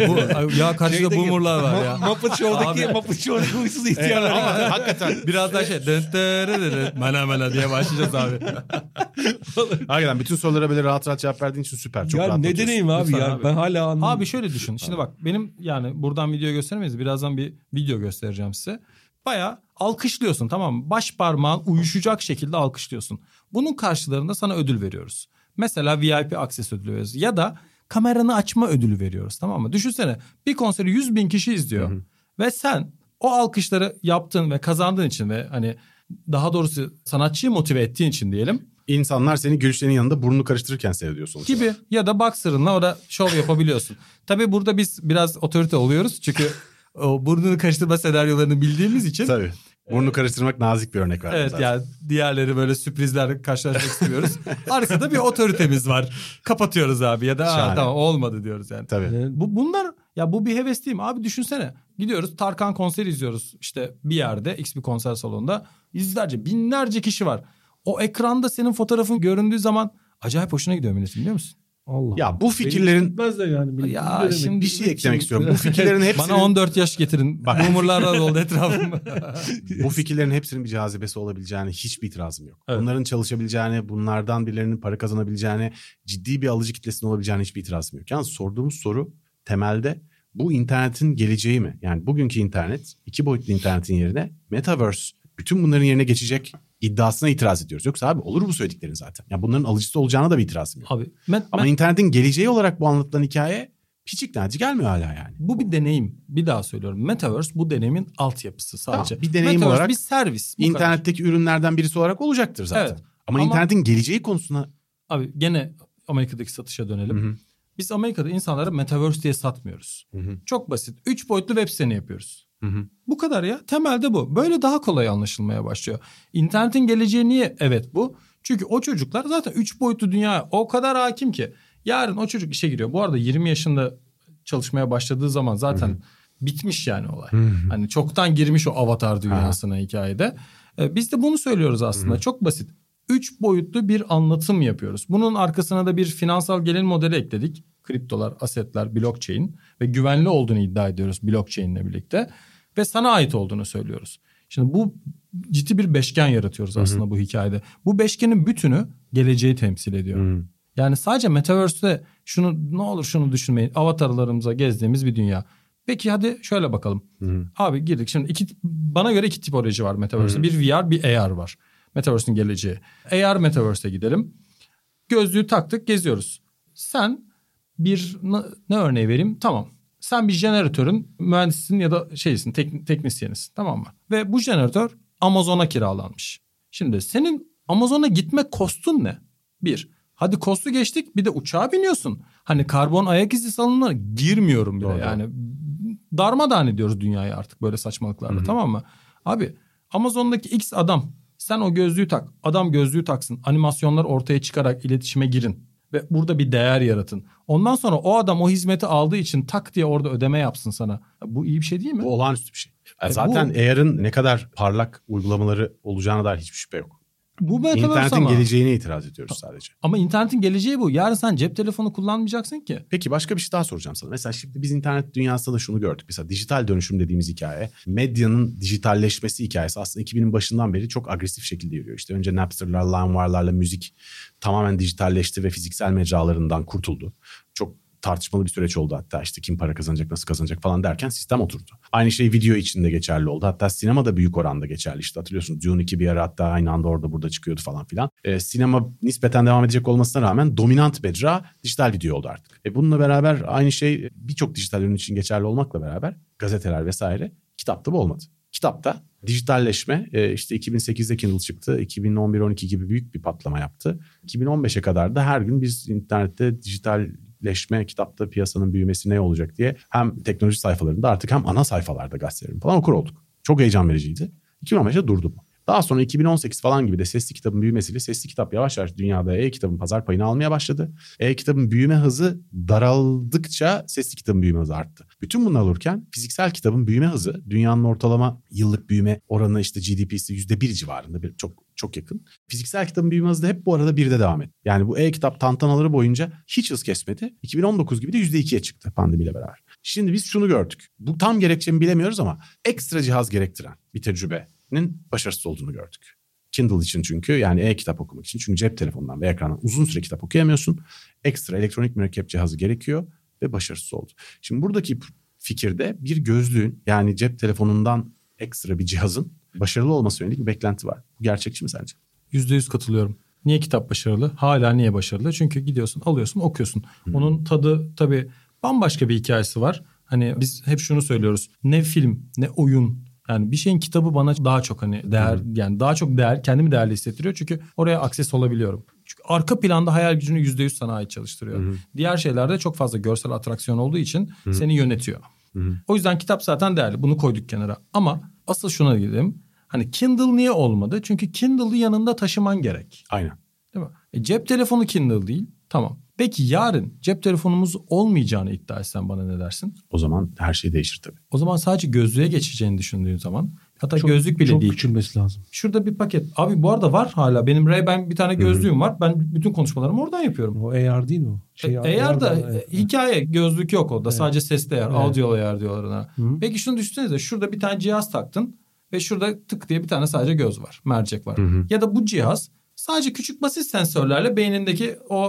Speaker 3: ya karşıda boomerlar var ya.
Speaker 4: Muppet Show'daki huysuz ihtiyarlar.
Speaker 2: Hakikaten.
Speaker 3: Biraz daha mana diye başlayacağız abi.
Speaker 2: Hakikaten bütün sorulara böyle rahat cevap verdiğin için süper. Çok rahat.
Speaker 4: Ne deneyim abi ya? Ben hala anlamadım.
Speaker 3: Abi şöyle düşün. Şimdi bak benim yani buradan video gösteremeyiz. Birazdan bir video göstereceğim size. Bayağı alkışlıyorsun, tamam mı? Baş parmağın uyuşacak şekilde alkışlıyorsun. Bunun karşılığında sana ödül veriyoruz. Mesela VIP Access ödülü veriyoruz. Ya da kameranı açma ödülü veriyoruz, tamam mı? Düşünsene bir konseri 100.000 kişi izliyor. Ve sen o alkışları yaptığın ve kazandığın için ve hani daha doğrusu sanatçıyı motive ettiğin için diyelim.
Speaker 2: İnsanlar seni Gülşen'in yanında burnunu karıştırırken seyrediyor sonuçta.
Speaker 3: Gibi ya da boxer'ınla orada şov yapabiliyorsun. Tabii burada biz biraz otorite oluyoruz. Çünkü o burnunu karıştırma senaryolarını bildiğimiz için.
Speaker 2: Tabii. Burnu karıştırmak nazik bir örnek verdim.
Speaker 3: Evet yani diğerleri böyle sürprizler karşılaşmak istemiyoruz. Arkada bir otoritemiz var. Kapatıyoruz abi ya da tamam olmadı diyoruz yani.
Speaker 2: Tabii.
Speaker 3: Bunlar ya bu bir heves değil mi? Abi düşünsene. Gidiyoruz Tarkan konseri izliyoruz işte bir yerde X bir konser salonunda. Yüzlerce binlerce kişi var. O ekranda senin fotoğrafın göründüğü zaman acayip hoşuna gidiyor milletin, biliyor musun?
Speaker 2: Allah. Ya bu fikirlerin
Speaker 3: ya şimdi
Speaker 2: bir şey eklemek istiyorum. Bu fikirlerin hepsinin
Speaker 3: bana 14 yaş getirin. Boomerlarla doldu etrafım.
Speaker 2: Bu fikirlerin hepsinin bir cazibesi olabileceğine hiçbir itirazım yok.
Speaker 3: Evet.
Speaker 2: Bunların çalışabileceğine, bunlardan birilerinin para kazanabileceğine, ciddi bir alıcı kitlesinin olabileceğine hiçbir itirazım yok. Yalnız sorduğumuz soru temelde bu internetin geleceği mi? Yani bugünkü internet 2 boyutlu internetin yerine Metaverse bütün bunların yerine geçecek iddiasına itiraz ediyoruz. Yoksa abi olur bu söylediklerin zaten. Ya bunların alıcısı olacağına da bir itirazım yok.
Speaker 3: Abi,
Speaker 2: ama internetin geleceği olarak bu anlatılan hikaye hiç ikna edici gelmiyor hala yani.
Speaker 3: Bu bir deneyim. Bir daha söylüyorum. Metaverse bu deneyimin altyapısı sadece.
Speaker 2: Tamam, bir deneyim
Speaker 3: Metaverse
Speaker 2: olarak
Speaker 3: bir servis.
Speaker 2: İnternetteki ürünlerden birisi olarak olacaktır zaten. Evet. Ama internetin geleceği konusuna...
Speaker 3: Abi gene Amerika'daki satışa dönelim. Hı-hı. Biz Amerika'da insanlara Metaverse diye satmıyoruz. Hı-hı. Çok basit. 3 boyutlu web siteni yapıyoruz. Hı-hı. Bu kadar ya. Temelde bu. Böyle daha kolay anlaşılmaya başlıyor. İnternetin geleceği niye? Evet bu. Çünkü o çocuklar zaten 3 boyutlu dünya o kadar hakim ki. Yarın o çocuk işe giriyor. Bu arada 20 yaşında çalışmaya başladığı zaman zaten Hı-hı. bitmiş yani olay. Hı-hı. Hani çoktan girmiş o avatar dünyasına hikayede. Biz de bunu söylüyoruz aslında. Hı-hı. Çok basit. 3 boyutlu bir anlatım yapıyoruz. Bunun arkasına da bir finansal gelir modeli ekledik. Kriptolar, asetler, blockchain ve güvenli olduğunu iddia ediyoruz blockchain ile birlikte. Ve sana ait olduğunu söylüyoruz. Şimdi bu ciddi bir beşgen yaratıyoruz aslında bu hikayede. Bu beşgenin bütünü geleceği temsil ediyor. Yani sadece Metaverse'de ne olur şunu düşünmeyin. Avatarlarımıza gezdiğimiz bir dünya. Peki hadi şöyle bakalım. Abi girdik. Şimdi bana göre 2 tipoloji var Metaverse'de. Bir VR, bir AR var. Metaverse'in geleceği. AR Metaverse'e gidelim. Gözlüğü taktık, geziyoruz. Sen ne örneği vereyim? Tamam. Sen bir jeneratörün mühendisisin ya da teknisyenisin. Tamam mı? Ve bu jeneratör Amazon'a kiralanmış. Şimdi senin Amazon'a gitme kostun ne? Bir. Hadi kostu geçtik, bir de uçağa biniyorsun. Hani karbon ayak izi salınımına girmiyorum bile. Doğru. Yani darmadağın ediyoruz dünyayı artık böyle saçmalıklarla. Tamam mı? Abi Amazon'daki X adam, sen o gözlüğü tak, adam gözlüğü taksın, animasyonlar ortaya çıkarak iletişime girin ve burada bir değer yaratın. Ondan sonra o adam o hizmeti aldığı için tak diye orada ödeme yapsın sana. Bu iyi bir şey değil mi?
Speaker 2: Bu olağanüstü bir şey. Zaten AR'ın ne kadar parlak uygulamaları olacağına dair hiçbir şüphe yok.
Speaker 3: Bu
Speaker 2: İnternetin geleceğine itiraz ediyoruz sadece.
Speaker 3: Ama internetin geleceği bu. Yarın sen cep telefonu kullanmayacaksın ki.
Speaker 2: Peki başka bir şey daha soracağım sana. Mesela şimdi biz internet dünyasında da şunu gördük. Mesela dijital dönüşüm dediğimiz hikaye, medyanın dijitalleşmesi hikayesi aslında 2000'in başından beri çok agresif şekilde yürüyor. İşte önce Napster'lar, LimeWire'larla müzik tamamen dijitalleşti ve fiziksel mecralarından kurtuldu. Çok tartışmalı bir süreç oldu hatta, işte kim para kazanacak, nasıl kazanacak falan derken sistem oturdu. Aynı şey video için de geçerli oldu. Hatta sinemada büyük oranda geçerli. İşte hatırlıyorsunuz Dune 2 bir ara hatta aynı anda orada burada çıkıyordu falan filan. Sinema nispeten devam edecek olmasına rağmen dominant mecra dijital video oldu artık. Bununla beraber aynı şey birçok dijital ürün için geçerli olmakla beraber gazeteler vesaire, kitapta bu olmadı. Kitapta dijitalleşme işte 2008'de Kindle çıktı. 2011-12 gibi büyük bir patlama yaptı. 2015'e kadar da her gün biz internette dijitalleşme, kitapta piyasanın büyümesi ne olacak diye hem teknoloji sayfalarında artık hem ana sayfalarda gazetelerin falan okur olduk. Çok heyecan vericiydi. 2015'te durdu bu. Daha sonra 2018 falan gibi de sesli kitabın büyümesiyle sesli kitap yavaş yavaş dünyada e-kitabın pazar payını almaya başladı. E-kitabın büyüme hızı daraldıkça sesli kitabın büyüme hızı arttı. Bütün bunlar olurken fiziksel kitabın büyüme hızı dünyanın ortalama yıllık büyüme oranı işte GDP'si %1 civarında, çok yakın. Fiziksel kitabın büyüme hızı da hep bu arada 1'de devam etti. Yani bu e-kitap tantanaları boyunca hiç hız kesmedi. 2019 gibi de %2'ye çıktı pandemiyle beraber. Şimdi biz şunu gördük. Bu tam gerekçemi bilemiyoruz ama ekstra cihaz gerektiren bir tecrübenin başarısız olduğunu gördük. Kindle için çünkü, yani e-kitap okumak için. Çünkü cep telefonundan ve ekrandan uzun süre kitap okuyamıyorsun. Ekstra elektronik mürekkep cihazı gerekiyor ve başarısız oldu. Şimdi buradaki fikirde bir gözlüğün, yani cep telefonundan ekstra bir cihazın başarılı olması yönelik bir beklenti var. Bu gerçekçi mi sence?
Speaker 3: %100 katılıyorum. Niye kitap başarılı? Hala niye başarılı? Çünkü gidiyorsun, alıyorsun, okuyorsun. Onun tadı tabii bambaşka bir hikayesi var. Hani biz hep şunu söylüyoruz. Ne film, ne oyun. Yani bir şeyin kitabı bana daha çok hani değer, yani daha çok değer, kendimi değerli hissettiriyor. Çünkü oraya akses olabiliyorum. Çünkü arka planda hayal gücünü %100 sana ait çalıştırıyor. Diğer şeylerde çok fazla görsel atraksiyon olduğu için seni yönetiyor. O yüzden kitap zaten değerli. Bunu koyduk kenara. Ama asıl şuna gidelim. Hani Kindle niye olmadı? Çünkü Kindle'ı yanında taşıman gerek.
Speaker 2: Aynen.
Speaker 3: Değil mi? Cep telefonu Kindle değil. Tamam. Peki yarın cep telefonumuz olmayacağını iddia etsen bana ne dersin?
Speaker 2: O zaman her şey değişir tabii.
Speaker 3: O zaman sadece gözlüğe geçeceğini düşündüğün zaman, hatta gözlük bile
Speaker 4: çok
Speaker 3: değil.
Speaker 4: Çok küçülmesi lazım.
Speaker 3: Şurada bir paket. Abi bu arada var hala. Benim Ray-Ban bir tane gözlüğüm var. Ben bütün konuşmalarımı oradan yapıyorum.
Speaker 4: O AR değil mi o?
Speaker 3: AR'da hikaye gözlük yok orada. Evet. Sadece sesli AR. Evet. Audio AR diyorlar ona. Peki şunu düşünsenize. Şurada bir tane cihaz taktın ve şurada tık diye bir tane sadece göz var. Mercek var. Ya da bu cihaz sadece küçük basit sensörlerle beynindeki o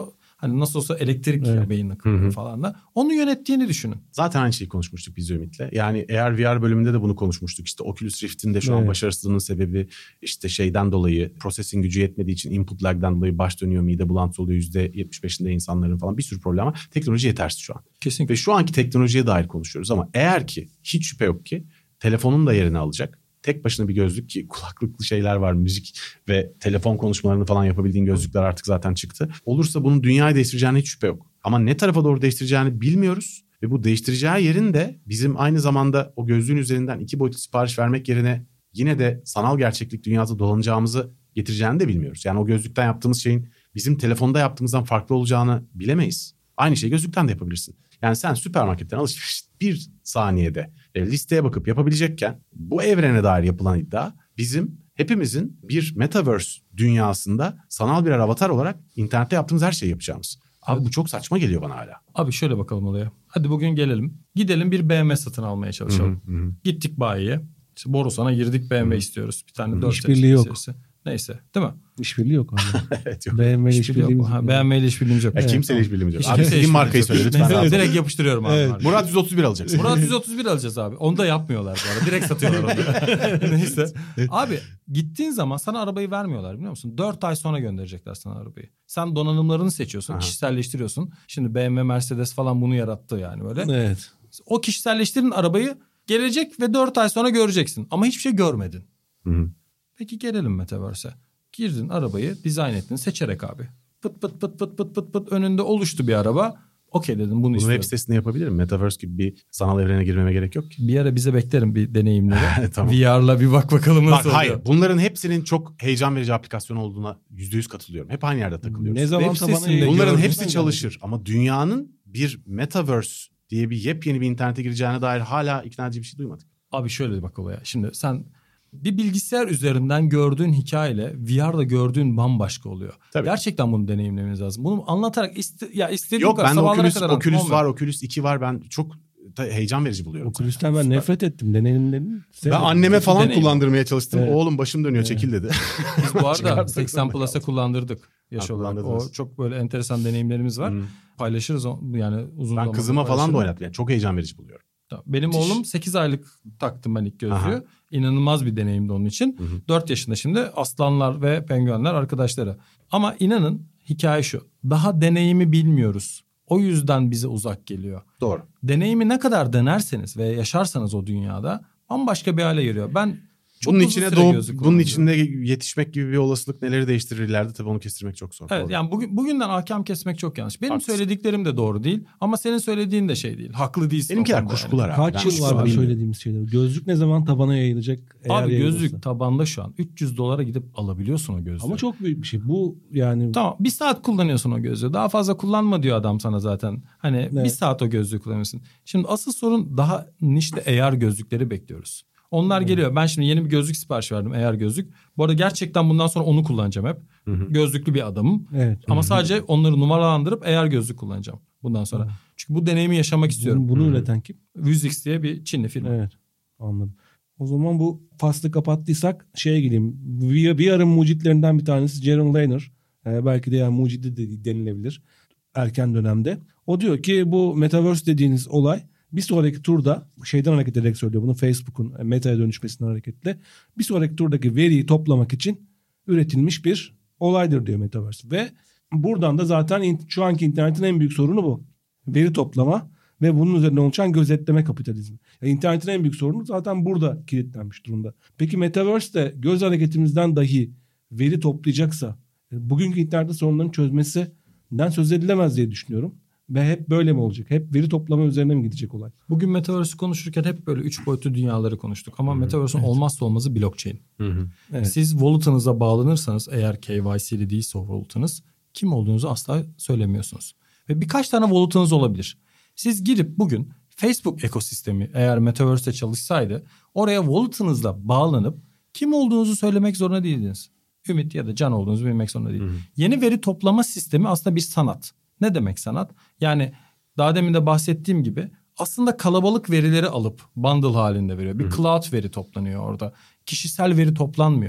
Speaker 3: Hani nasıl olsa elektrik ya beyin akımı falan da. Onu yönettiğini düşünün.
Speaker 2: Zaten aynı şeyi konuşmuştuk biz Ümit'le. Yani eğer VR bölümünde de bunu konuşmuştuk. İşte Oculus Rift'in de şu an başarısızlığının sebebi işte şeyden dolayı, processing gücü yetmediği için input lag'dan dolayı baş dönüyor, mide bulantısı oluyor %75'inde insanların falan, bir sürü problem var. Teknoloji yetersiz şu an.
Speaker 3: Kesinlikle.
Speaker 2: Ve şu anki teknolojiye dair konuşuyoruz ama eğer ki hiç şüphe yok ki telefonun da yerini alacak. Tek başına bir gözlük, ki kulaklıklı şeyler var, müzik ve telefon konuşmalarını falan yapabildiğin gözlükler artık zaten çıktı. Olursa bunun dünyayı değiştireceğine hiç şüphe yok. Ama ne tarafa doğru değiştireceğini bilmiyoruz. Ve bu değiştireceği yerin de bizim aynı zamanda o gözlüğün üzerinden 2 boyutlu sipariş vermek yerine yine de sanal gerçeklik dünyası dolanacağımızı getireceğini de bilmiyoruz. Yani o gözlükten yaptığımız şeyin bizim telefonda yaptığımızdan farklı olacağını bilemeyiz. Aynı şeyi gözlükten de yapabilirsin. Yani sen süpermarketten alışveriş bir saniyede listeye bakıp yapabilecekken bu evrene dair yapılan iddia bizim hepimizin bir metaverse dünyasında sanal birer avatar olarak internette yaptığımız her şeyi yapacağımız. Abi bu çok saçma geliyor bana hala.
Speaker 3: Abi şöyle bakalım olaya. Hadi bugün gelelim. Gidelim bir BMW satın almaya çalışalım. Gittik bayiye. İşte Borusan'a girdik, BMW istiyoruz. Bir tane 4
Speaker 4: İşbirliği yok.
Speaker 3: serisi. Neyse, değil mi?
Speaker 4: İşbirliği yok abi.
Speaker 2: Evet, yok.
Speaker 4: BMW işbirliğimiz yok.
Speaker 3: BMW ile işbirliğimiz yok.
Speaker 2: Kimseyle işbirliğimiz yok.
Speaker 3: Hiç
Speaker 2: Abi
Speaker 3: kimseyle
Speaker 2: sizin markayı söyle lütfen.
Speaker 3: Neyse, direkt yapıştırıyorum abi.
Speaker 4: Evet.
Speaker 2: Murat 131 alacaksın.
Speaker 3: Murat 131 alacağız abi. Onu da yapmıyorlar bu arada. Direkt satıyorlar onu. Neyse. Abi gittiğin zaman sana arabayı vermiyorlar, biliyor musun? 4 ay sonra gönderecekler sana arabayı. Sen donanımlarını seçiyorsun, kişiselleştiriyorsun. Şimdi BMW, Mercedes falan bunu yarattı yani böyle.
Speaker 4: Evet.
Speaker 3: O kişiselleştirin arabayı, gelecek ve 4 ay sonra göreceksin. Ama hiçbir şey görmedin. Peki gelelim Metaverse'e. Girdin arabayı, dizayn ettin seçerek abi. Pıt pıt pıt pıt pıt pıt pıt önünde oluştu bir araba. Okey dedim, bunu istiyorum.
Speaker 2: Bunu web sitesinde yapabilirim. Metaverse gibi bir sanal evrene girmeme gerek yok ki.
Speaker 3: Bir ara bize beklerim bir deneyimleri.
Speaker 2: Tamam.
Speaker 3: VR'la bir bak bakalım nasıl oluyor.
Speaker 2: Hayır, bunların hepsinin çok heyecan verici aplikasyon olduğuna %100 katılıyorum. Hep aynı yerde takılıyoruz.
Speaker 4: Ne zaman
Speaker 2: bunların hepsi çalışır ama dünyanın bir Metaverse diye bir yepyeni bir internete gireceğine dair hala ikna edici bir şey duymadık.
Speaker 3: Abi şöyle bak olaya. Şimdi sen bir bilgisayar üzerinden gördüğün hikayeyle VR'da gördüğün bambaşka oluyor. Tabii. Gerçekten bunu deneyimlemeniz lazım. Bunu anlatarak istediğim
Speaker 2: yok,
Speaker 3: kadar
Speaker 2: ben Oculus var, Oculus 2 var. Ben çok heyecan verici buluyorum.
Speaker 4: Oculus'tan ben nefret ettim. Deneyimledim.
Speaker 2: Ben anneme falan kullandırmaya çalıştım. Evet. Oğlum başım dönüyor, çekil dedi.
Speaker 3: Biz bu arada 80 Plus'a kullandırdık yaş olarak. O çok böyle enteresan deneyimlerimiz var. Paylaşırız yani uzun zaman.
Speaker 2: Ben kızıma falan da oynattım. Yani çok heyecan verici buluyorum.
Speaker 3: Benim oğlum 8 aylık taktım ben ilk gözlüğü. İnanılmaz bir deneyimdi onun için. 4 yaşında şimdi, aslanlar ve penguenler arkadaşları. Ama inanın hikaye şu. Daha deneyimi bilmiyoruz. O yüzden bize uzak geliyor.
Speaker 2: Doğru.
Speaker 3: Deneyimi ne kadar denerseniz ve yaşarsanız o dünyada bambaşka bir hale geliyor. Ben çok
Speaker 2: bunun içine doğup bunun içinde yetişmek gibi bir olasılık neleri değiştirir ileride, tabii onu kestirmek çok zor.
Speaker 3: Evet,
Speaker 2: doğru.
Speaker 3: Yani bugünden ahkam kesmek çok yanlış. Benim söylediklerim de doğru değil ama senin söylediğin de şey değil. Haklı değilsin.
Speaker 2: Benimkiler kuşkular abi.
Speaker 4: Kaç yıl var bu söylediğimiz şeyler? Gözlük ne zaman tabana yayılacak?
Speaker 3: Abi gözlük tabanda şu an $300 gidip alabiliyorsun o gözlüğü.
Speaker 4: Ama çok büyük bir şey. Bu yani.
Speaker 3: Tamam, 1 saat kullanıyorsun o gözlüğü. Daha fazla kullanma diyor adam sana zaten. Hani 1 saat o gözlüğü kullanıyorsun. Şimdi asıl sorun, daha nişte AR gözlükleri bekliyoruz. Onlar geliyor. Ben şimdi yeni bir gözlük sipariş verdim, AR gözlük. Bu arada gerçekten bundan sonra onu kullanacağım hep. Gözlüklü bir adamım.
Speaker 4: Evet.
Speaker 3: Ama sadece onları numaralandırıp AR gözlük kullanacağım bundan sonra. Çünkü bu deneyimi yaşamak istiyorum.
Speaker 4: Bunu üreten kim?
Speaker 3: Vuzix diye bir Çinli firma.
Speaker 4: Evet. Anladım. O zaman bu faslı kapattıysak şeye gireyim. VR'ın mucitlerinden bir tanesi Jaron Lanier. Belki de yani mucidi de denilebilir erken dönemde. O diyor ki bu Metaverse dediğiniz olay bir sonraki turda, şeyden hareket ederek söylüyor bunu, Facebook'un Meta'ya dönüşmesinden hareketle, bir sonraki turdaki veriyi toplamak için üretilmiş bir olaydır diyor Metaverse. Ve buradan da zaten şu anki internetin en büyük sorunu bu. Veri toplama ve bunun üzerine oluşan gözetleme kapitalizmi. Yani internetin en büyük sorunu zaten burada kilitlenmiş durumda. Peki Metaverse de göz hareketimizden dahi veri toplayacaksa bugünkü internet sorunlarını çözmesinden söz edilemez diye düşünüyorum. Ve hep böyle mi olacak? Hep veri toplama üzerine mi gidecek olay?
Speaker 3: Bugün Metaverse'ü konuşurken hep böyle 3 boyutlu dünyaları konuştuk. Ama Metaverse'ün olmazsa olmazı blockchain.
Speaker 4: Evet.
Speaker 3: Siz wallet'ınıza bağlanırsanız, eğer KYC'li değilse o wallet'ınız, kim olduğunuzu asla söylemiyorsunuz. Ve birkaç tane wallet'ınız olabilir. Siz girip bugün Facebook ekosistemi eğer Metaverse'te çalışsaydı, oraya wallet'ınızla bağlanıp kim olduğunuzu söylemek zorunda değildiniz. Ümit ya da Can olduğunuzu bilmek zorunda değil. Yeni veri toplama sistemi aslında bir sanat. Ne demek sanat? Yani daha demin de bahsettiğim gibi aslında kalabalık verileri alıp bundle halinde veriyor. Bir cloud veri toplanıyor orada. Kişisel veri toplanmıyor.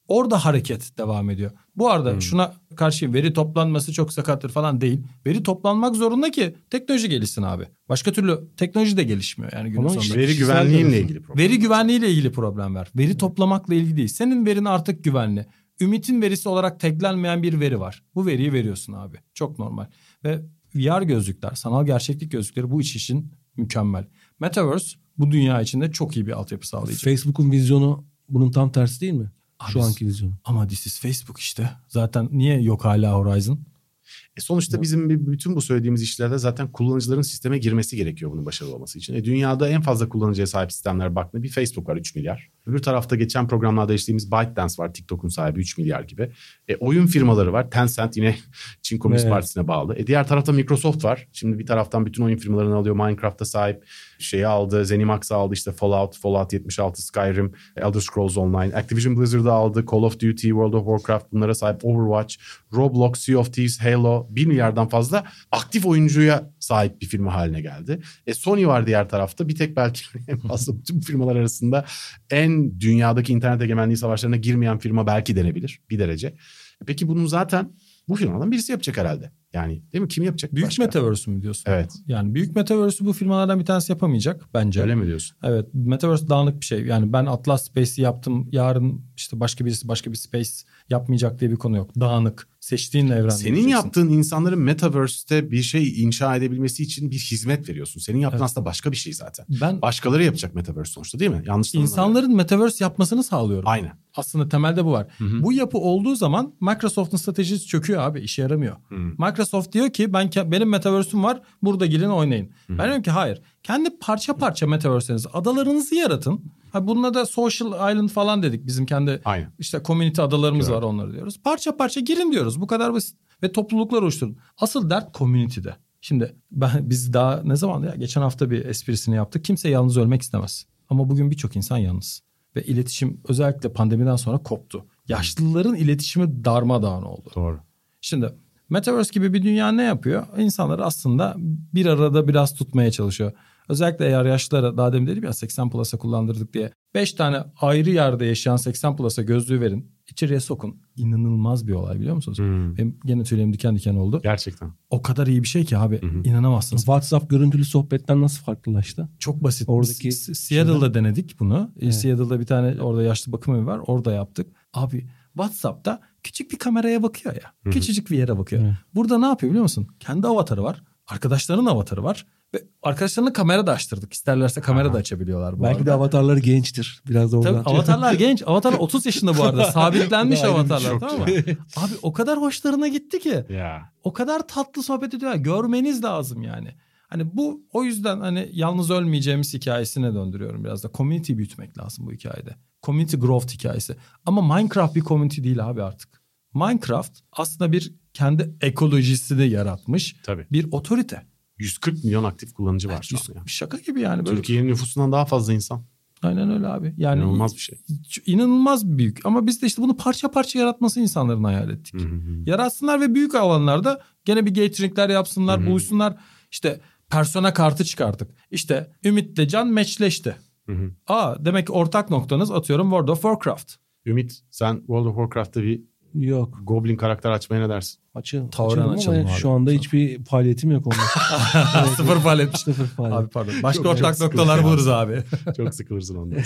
Speaker 3: Orada hareket devam ediyor. Bu arada şuna karşı veri toplanması çok sakattır falan değil. Veri toplanmak zorunda ki teknoloji gelişsin abi. Başka türlü teknoloji de gelişmiyor yani günün sonunda.
Speaker 2: İşte veri güvenliğiyle ilgili problem.
Speaker 3: Veri güvenliğiyle ilgili problem var. Veri toplamakla ilgili değil. Senin verin artık güvenli. Ümit'in verisi olarak taglenmeyen bir veri var. Bu veriyi veriyorsun abi. Çok normal. Ve VR gözlükler, sanal gerçeklik gözlükleri bu için mükemmel. Metaverse bu dünya içinde çok iyi bir altyapı sağlayacak.
Speaker 4: Facebook'un vizyonu bunun tam tersi değil mi? Şu anki vizyonu.
Speaker 3: Ama this is Facebook işte. Zaten niye yok hala Horizon?
Speaker 2: Sonuçta bizim bütün bu söylediğimiz işlerde zaten kullanıcıların sisteme girmesi gerekiyor bunun başarılı olması için. Dünyada en fazla kullanıcıya sahip sistemler baktığında bir Facebook var 3 milyar. Öbür tarafta geçen programlarda işlediğimiz ByteDance var, TikTok'un sahibi 3 milyar gibi. Oyun firmaları var, Tencent yine Çin Komünist Partisi'ne bağlı. Diğer tarafta Microsoft var. Şimdi bir taraftan bütün oyun firmalarını alıyor. Minecraft'a sahip, şeyi aldı, ZeniMax'ı aldı, işte Fallout 76, Skyrim, Elder Scrolls Online, Activision Blizzard'ı aldı, Call of Duty, World of Warcraft, bunlara sahip Overwatch, Roblox, Sea of Thieves, Halo, 1 milyardan fazla aktif oyuncuya sahip bir firma haline geldi. Sony var diğer tarafta. Bir tek belki en fazla bütün firmalar arasında en dünyadaki internet egemenliği savaşlarına girmeyen firma belki denebilir bir derece. Peki bunu zaten bu firmadan birisi yapacak herhalde. Yani değil mi? Kim yapacak?
Speaker 3: Büyük
Speaker 2: başka?
Speaker 3: Metaverse mü diyorsun?
Speaker 2: Evet.
Speaker 3: Yani büyük Metaverse'ü bu firmalardan bir tanesi yapamayacak bence.
Speaker 2: Öyle mi diyorsun?
Speaker 3: Evet. Metaverse dağınık bir şey. Yani ben Atlas Space'i yaptım. Yarın işte başka birisi başka bir space yapmayacak diye bir konu yok. Dağınık. Seçtiğin evrende.
Speaker 2: Senin yaptığın insanların Metaverse'te bir şey inşa edebilmesi için bir hizmet veriyorsun. Senin yaptığın aslında başka bir şey zaten. Başkaları yapacak Metaverse sonuçta değil mi? Yanlış
Speaker 3: İnsanların Metaverse yapmasını sağlıyorum.
Speaker 2: Aynen.
Speaker 3: Aslında temelde bu var. Hı-hı. Bu yapı olduğu zaman Microsoft'un stratejisi çöküyor abi. İşe yaramıyor. Hı-hı. Microsoft diyor ki benim Metaverse'üm var. Burada girin oynayın. Hı-hı. Ben diyorum ki hayır. Kendi parça parça Metaverse'lerinizi, adalarınızı yaratın. Bununla da Social Island falan dedik. Bizim kendi işte community adalarımız var, onları diyoruz. Parça parça girin diyoruz. Bu kadar basit. Ve topluluklar oluşturun. Asıl dert community'de. Şimdi biz daha ne zaman ya geçen hafta bir esprisini yaptık. Kimse yalnız ölmek istemez. Ama bugün birçok insan yalnız. Ve iletişim özellikle pandemiden sonra koptu. Yaşlıların iletişimi darmadağın oldu.
Speaker 2: Doğru.
Speaker 3: Şimdi Metaverse gibi bir dünya ne yapıyor? İnsanları aslında bir arada biraz tutmaya çalışıyor. Özellikle eğer yaşlılara, daha demin dedim ya 80 Plus'a kullandırdık diye. 5 tane ayrı yerde yaşayan 80 Plus'a gözlüğü verin. İçeriye sokun. İnanılmaz bir olay, biliyor musunuz? Benim gene tüylerim diken diken oldu.
Speaker 2: Gerçekten.
Speaker 3: O kadar iyi bir şey ki abi. İnanamazsınız.
Speaker 4: WhatsApp görüntülü sohbetten nasıl farklılaştı?
Speaker 3: Çok basit.
Speaker 4: Oradaki
Speaker 3: Seattle'da denedik bunu. Evet. Seattle'da bir tane orada yaşlı bakım evi var. Orada yaptık. Abi WhatsApp'ta küçük bir kameraya bakıyor ya. Küçücük bir yere bakıyor. Burada ne yapıyor biliyor musun? Kendi avatarı var. Arkadaşlarının avatarı var. Ve arkadaşlarına kamera da açtırdık. İsterlerse kamera da açabiliyorlar bu
Speaker 4: belki
Speaker 3: arada.
Speaker 4: de avatarları gençtir. Biraz da oradan.
Speaker 3: Tabii avatarlar genç. Avatarlar 30 yaşında bu arada. Sabitlenmiş avatarlar, tamam mı? Abi o kadar hoşlarına gitti ki. O kadar tatlı sohbet ediyorlar. Görmeniz lazım yani. Hani bu o yüzden hani yalnız ölmeyeceğimiz hikayesine döndürüyorum biraz da. Community büyütmek lazım bu hikayede. Community growth hikayesi. Ama Minecraft bir community değil abi artık. Minecraft aslında bir kendi ekolojisini yaratmış bir otorite.
Speaker 2: 140 milyon aktif kullanıcı var şu an.
Speaker 3: Şaka gibi yani. Böyle.
Speaker 2: Türkiye'nin nüfusundan daha fazla insan.
Speaker 3: Aynen öyle abi. Yani
Speaker 2: İnanılmaz bir şey.
Speaker 3: İnanılmaz büyük. Ama biz de işte bunu parça parça yaratması insanların hayal ettik. Yaratsınlar ve büyük alanlarda gene bir gateringler yapsınlar, buluşsunlar. İşte persona kartı çıkarttık. İşte Ümit'le Can matchleşti. Demek ki ortak noktanız atıyorum World of Warcraft.
Speaker 2: Ümit, sen World of Warcraft'ta bir Goblin karakter açmaya ne dersin?
Speaker 4: Açalım
Speaker 3: abi.
Speaker 4: Şu anda hiçbir faaliyetim yok onda.
Speaker 3: Sıfır faaliyet.
Speaker 4: Sıfır faaliyet.
Speaker 3: Abi pardon. Başka ortak noktalar buluruz abi.
Speaker 2: Çok sıkılırsın ondan.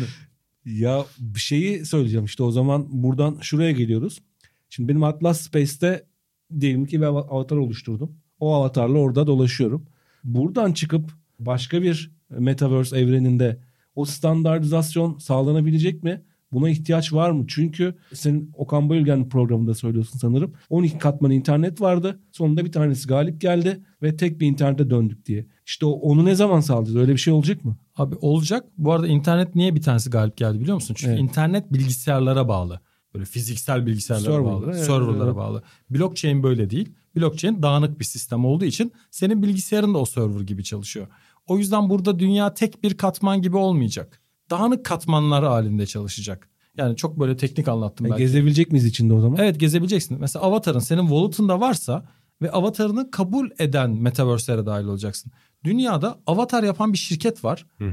Speaker 4: Ya bir şeyi söyleyeceğim işte, o zaman buradan şuraya geliyoruz. Şimdi benim Atlas Space'te diyelim ki bir avatar oluşturdum. O avatarla orada dolaşıyorum. Buradan çıkıp başka bir Metaverse evreninde o standartizasyon sağlanabilecek mi? Buna ihtiyaç var mı? Çünkü senin Okan Bayülgen programında söylüyorsun sanırım. 12 katman internet vardı. Sonunda bir tanesi galip geldi ve tek bir internete döndük diye. İşte onu ne zaman sağlayacağız? Öyle bir şey olacak mı?
Speaker 3: Abi olacak. Bu arada internet niye bir tanesi galip geldi biliyor musun? Çünkü internet bilgisayarlara bağlı. Böyle fiziksel bilgisayarlara bağlı. Serverlara bağlı. Blockchain böyle değil. Blockchain dağınık bir sistem olduğu için senin bilgisayarın da o server gibi çalışıyor. O yüzden burada dünya tek bir katman gibi olmayacak. Dağınık katmanlar halinde çalışacak. Yani çok böyle teknik anlattım belki.
Speaker 4: Gezebilecek miyiz içinde o zaman?
Speaker 3: Evet, gezebileceksin. Mesela avatarın senin wallet'ında varsa ve avatarını kabul eden metaverse'lere dahil olacaksın. Dünyada avatar yapan bir şirket var.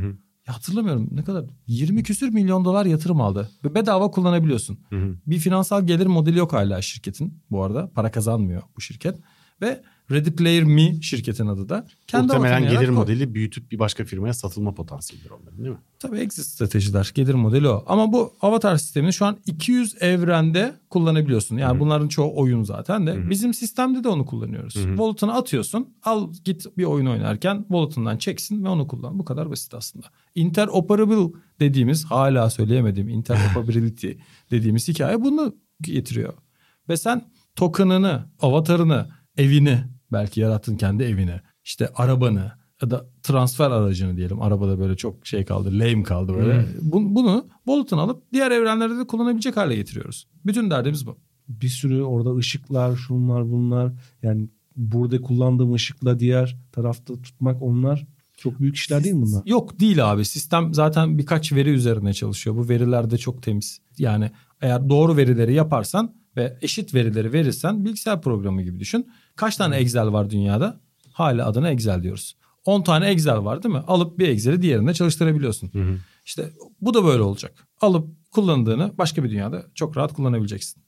Speaker 3: hatırlamıyorum ne kadar 20 küsür milyon dolar yatırım aldı. Bedava kullanabiliyorsun. Bir finansal gelir modeli yok hala şirketin bu arada. Para kazanmıyor bu şirket. Ve Ready Player Me şirketin adı da.
Speaker 2: Muhtemelen gelir modeli büyütüp bir başka firmaya satılma potansiyeli onların, değil mi?
Speaker 3: Tabii exit stratejiler. Gelir modeli o. Ama bu avatar sistemini şu an 200 evrende kullanabiliyorsun. Yani bunların çoğu oyun zaten de. Bizim sistemde de onu kullanıyoruz. Wallet'ını atıyorsun. Al git bir oyun oynarken wallet'ından çeksin ve onu kullan. Bu kadar basit aslında. Interoperable dediğimiz, hala söyleyemediğim interoperability dediğimiz hikaye bunu getiriyor. Ve sen token'ını, avatarını, evini, belki yarattın kendi evini, işte arabanı ya da transfer aracını diyelim. Arabada böyle çok şey kaldı, lame kaldı böyle. Bunu wallet'ını alıp diğer evrenlerde de kullanabilecek hale getiriyoruz. Bütün derdimiz bu.
Speaker 4: Bir sürü orada ışıklar, şunlar bunlar. Yani burada kullandığım ışıkla diğer tarafta tutmak, onlar çok büyük işler değil mi bunlar?
Speaker 3: Yok değil abi. Sistem zaten birkaç veri üzerine çalışıyor. Bu veriler de çok temiz. Yani eğer doğru verileri yaparsan ve eşit verileri verirsen bilgisayar programı gibi düşün. Kaç tane Excel var dünyada? Hala adına Excel diyoruz. 10 tane Excel var değil mi? Alıp bir Excel'i diğerinde çalıştırabiliyorsun. İşte bu da böyle olacak. Alıp kullandığını başka bir dünyada çok rahat kullanabileceksin.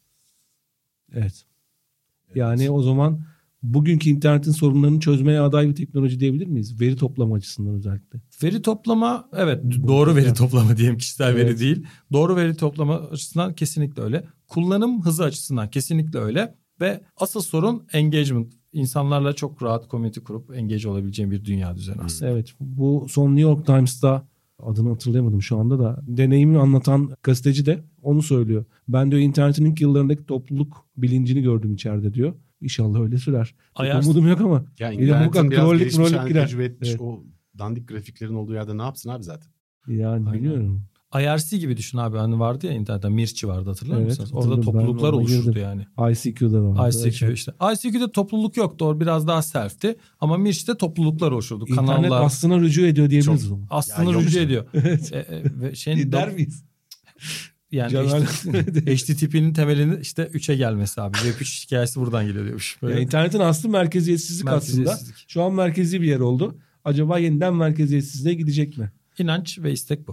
Speaker 4: Evet. Yani o zaman bugünkü internetin sorunlarını çözmeye aday bir teknoloji diyebilir miyiz? Veri toplama açısından özellikle.
Speaker 3: Veri toplama, evet, doğru veri toplama diyeyim, kişisel veri değil. Doğru veri toplama açısından kesinlikle öyle. Kullanım hızı açısından kesinlikle öyle. Ve asıl sorun engagement. İnsanlarla çok rahat community kurup engage olabileceğim bir dünya düzeni aslında.
Speaker 4: Evet, bu son New York Times'ta, adını hatırlayamadım şu anda da, deneyimini anlatan gazeteci de onu söylüyor. Ben diyor internetin ilk yıllarındaki topluluk bilincini gördüm içeride diyor. İnşallah öyle sürer. Umudum yok ama.
Speaker 2: Yani internetin biraz gelişmiş halini tecrübe etmiş, evet. O dandik grafiklerin olduğu yerde ne yapsın abi zaten?
Speaker 4: Yani biliyorum.
Speaker 3: IRC gibi düşün abi, hani vardı ya internette, Mirçi vardı, hatırlar mısınız? Orada
Speaker 4: hatırladım.
Speaker 3: topluluklar oluşurdu yani.
Speaker 4: ICQ'da da vardı.
Speaker 3: ICQ işte. ICQ'da topluluk yoktu, o biraz daha self'ti ama Mirç'te topluluklar oluşurdu.
Speaker 4: İnternet
Speaker 3: kanallar
Speaker 4: aslına rücu ediyor diyebiliriz bunu.
Speaker 3: Aslına rücu ediyor.
Speaker 4: Ve der miyiz?
Speaker 3: Yani HTTP'nin temelini işte 3'e gelmesi abi. Web 3 hikayesi buradan geliyor diyormuş.
Speaker 4: Yani internetin aslı merkeziyetsizlik aslında. Şu an merkezi bir yer oldu. Acaba yeniden merkeziyetsizliğe gidecek mi?
Speaker 3: İnanç ve istek bu.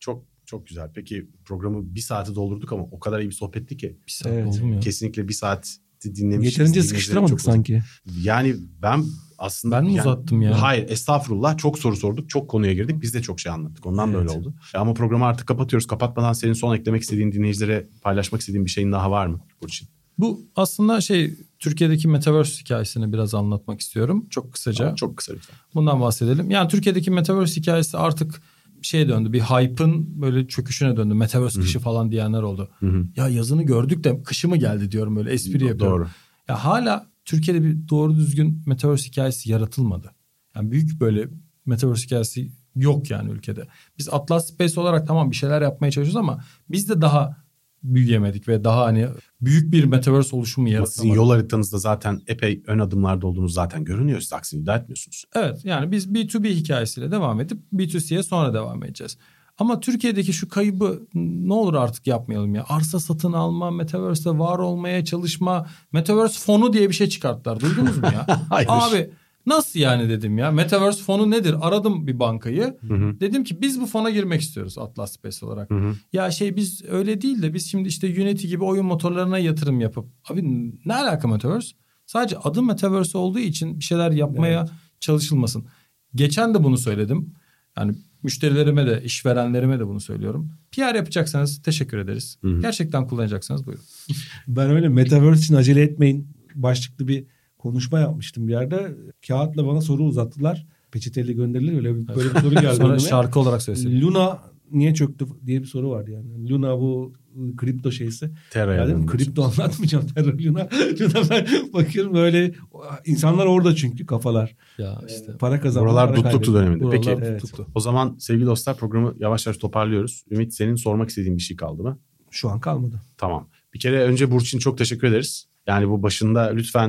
Speaker 2: Çok güzel. Peki programı 1 saati doldurduk ama o kadar iyi bir sohbetti ki.
Speaker 3: 1 saat oldu mu ya?
Speaker 2: Kesinlikle 1 saat dinlemişiz.
Speaker 4: Yeterince sıkıştıramadık sanki.
Speaker 2: Yani ben aslında...
Speaker 3: Ben mi uzattım ya?
Speaker 2: Hayır, estağfurullah. Çok soru sorduk. Çok konuya girdik. Biz de çok şey anlattık. Ondan böyle oldu. Ama programı artık kapatıyoruz. Kapatmadan senin son eklemek istediğin, dinleyicilere paylaşmak istediğin bir şeyin daha var mı Burçin?
Speaker 3: Bu aslında Türkiye'deki Metaverse hikayesini biraz anlatmak istiyorum. Çok kısaca.
Speaker 2: Çok kısa lütfen.
Speaker 3: Bundan bahsedelim. Yani Türkiye'deki Metaverse hikayesi artık döndü. Bir hype'ın böyle çöküşüne döndü. Metaverse kışı falan diyenler oldu. Ya yazını gördük de kışı mı geldi diyorum, böyle espri yapıyorum.
Speaker 2: Doğru.
Speaker 3: Ya hala Türkiye'de bir doğru düzgün Metaverse hikayesi yaratılmadı. Yani büyük böyle Metaverse hikayesi yok yani ülkede. Biz Atlas Space olarak tamam bir şeyler yapmaya çalışıyoruz ama biz de daha büyüyemedik ve daha hani büyük bir Metaverse oluşumu yaratamadık.
Speaker 2: Sizin yol haritanızda zaten epey ön adımlarda olduğunuz zaten görünüyor. Siz aksini iddia etmiyorsunuz.
Speaker 3: Evet, yani biz B2B hikayesiyle devam edip B2C'ye sonra devam edeceğiz. Ama Türkiye'deki şu kaybı ne olur artık yapmayalım ya. Arsa satın alma, Metaverse'de var olmaya çalışma, Metaverse fonu diye bir şey çıkarttılar. Duydunuz mu ya?
Speaker 2: Hayır.
Speaker 3: Abi nasıl yani dedim ya. Metaverse fonu nedir? Aradım bir bankayı. Dedim ki biz bu fona girmek istiyoruz Atlas Space olarak. Ya biz öyle değil de biz şimdi işte Unity gibi oyun motorlarına yatırım yapıp. Abi ne alaka Metaverse? Sadece adı Metaverse olduğu için bir şeyler yapmaya çalışılmasın. Geçen de bunu söyledim. Yani müşterilerime de, işverenlerime de bunu söylüyorum. PR yapacaksanız teşekkür ederiz. Gerçekten kullanacaksanız buyurun.
Speaker 4: Ben öyle Metaverse için acele etmeyin başlıklı bir konuşma yapmıştım bir yerde. Kağıtla bana soru uzattılar. Peçeteyle gönderilir, böyle bir soru geldi.
Speaker 3: Sonra şarkı olarak söylesin.
Speaker 4: Luna niye çöktü diye bir soru vardı yani. Luna bu kripto şeysi.
Speaker 2: Terra.
Speaker 4: Kripto anlatmayacağım. Terra Luna ben bakıyorum böyle insanlar orada çünkü kafalar.
Speaker 3: Ya işte.
Speaker 4: Para kazanmak.
Speaker 2: Buralar dutluktu döneminde. Peki
Speaker 3: evet.
Speaker 2: O zaman sevgili dostlar programı yavaş yavaş toparlıyoruz. Ümit, senin sormak istediğin bir şey kaldı mı?
Speaker 4: Şu an kalmadı.
Speaker 2: Tamam. Bir kere önce Burçin çok teşekkür ederiz. Yani bu başında lütfen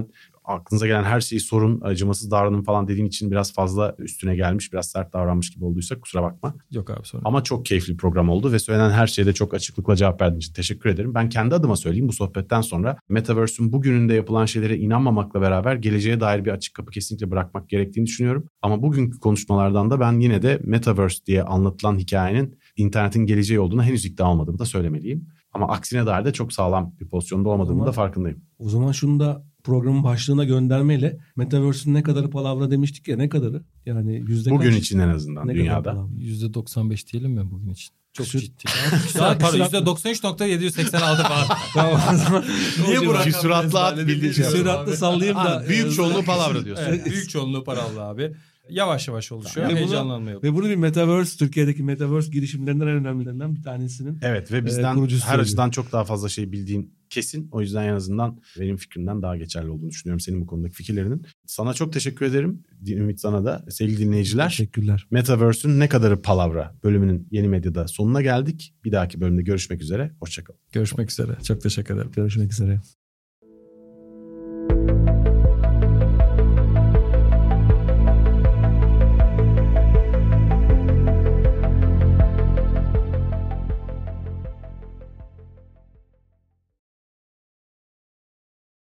Speaker 2: aklınıza gelen her şeyi sorun, acımasız davranın falan dediğin için biraz fazla üstüne gelmiş, biraz sert davranmış gibi olduysa kusura bakma.
Speaker 3: Yok abi sorun.
Speaker 2: Ama çok keyifli bir program oldu ve söylenen her şeyde çok açıklıkla cevap verdiğin için teşekkür ederim. Ben kendi adıma söyleyeyim, bu sohbetten sonra Metaverse'ün bugününde yapılan şeylere inanmamakla beraber geleceğe dair bir açık kapı kesinlikle bırakmak gerektiğini düşünüyorum. Ama bugünkü konuşmalardan da ben yine de Metaverse diye anlatılan hikayenin internetin geleceği olduğuna henüz ikna olmadığımı da söylemeliyim. Ama aksine dair de çok sağlam bir pozisyonda olmadığımı da farkındayım.
Speaker 4: O zaman şunu da programın başlığına göndermeyle Metaverse'ün ne kadarı palavra demiştik ya, ne kadarı? Yani
Speaker 2: bugün için en azından dünyada.
Speaker 3: %95 diyelim mi bugün için? Çok ciddi.
Speaker 4: Pardon,
Speaker 3: %93.786 falan.
Speaker 4: Tamam.
Speaker 3: Niye bu rakam?
Speaker 2: Küsuratlı at bildiğin şey.
Speaker 4: Küsuratlı sallayayım da.
Speaker 2: Büyük çoğunluğu palavra diyorsun.
Speaker 3: Evet, büyük çoğunluğu palavra abi. Yavaş yavaş oluşuyor. Heyecanlanma yok.
Speaker 4: Ve bunu bir Metaverse, Türkiye'deki Metaverse girişimlerinden en önemlilerinden bir tanesinin.
Speaker 2: Evet ve bizden her açıdan çok daha fazla şey bildiğin kesin. O yüzden en azından benim fikrimden daha geçerli olduğunu düşünüyorum senin bu konudaki fikirlerinin. Sana çok teşekkür ederim. Ümit sana da. Sevgili dinleyiciler.
Speaker 4: Teşekkürler.
Speaker 2: Metaverse'ün ne kadarı palavra bölümünün Yeni Medya'da sonuna geldik. Bir dahaki bölümde görüşmek üzere. Hoşçakalın.
Speaker 3: Görüşmek üzere. Çok teşekkür ederim.
Speaker 4: Görüşmek üzere.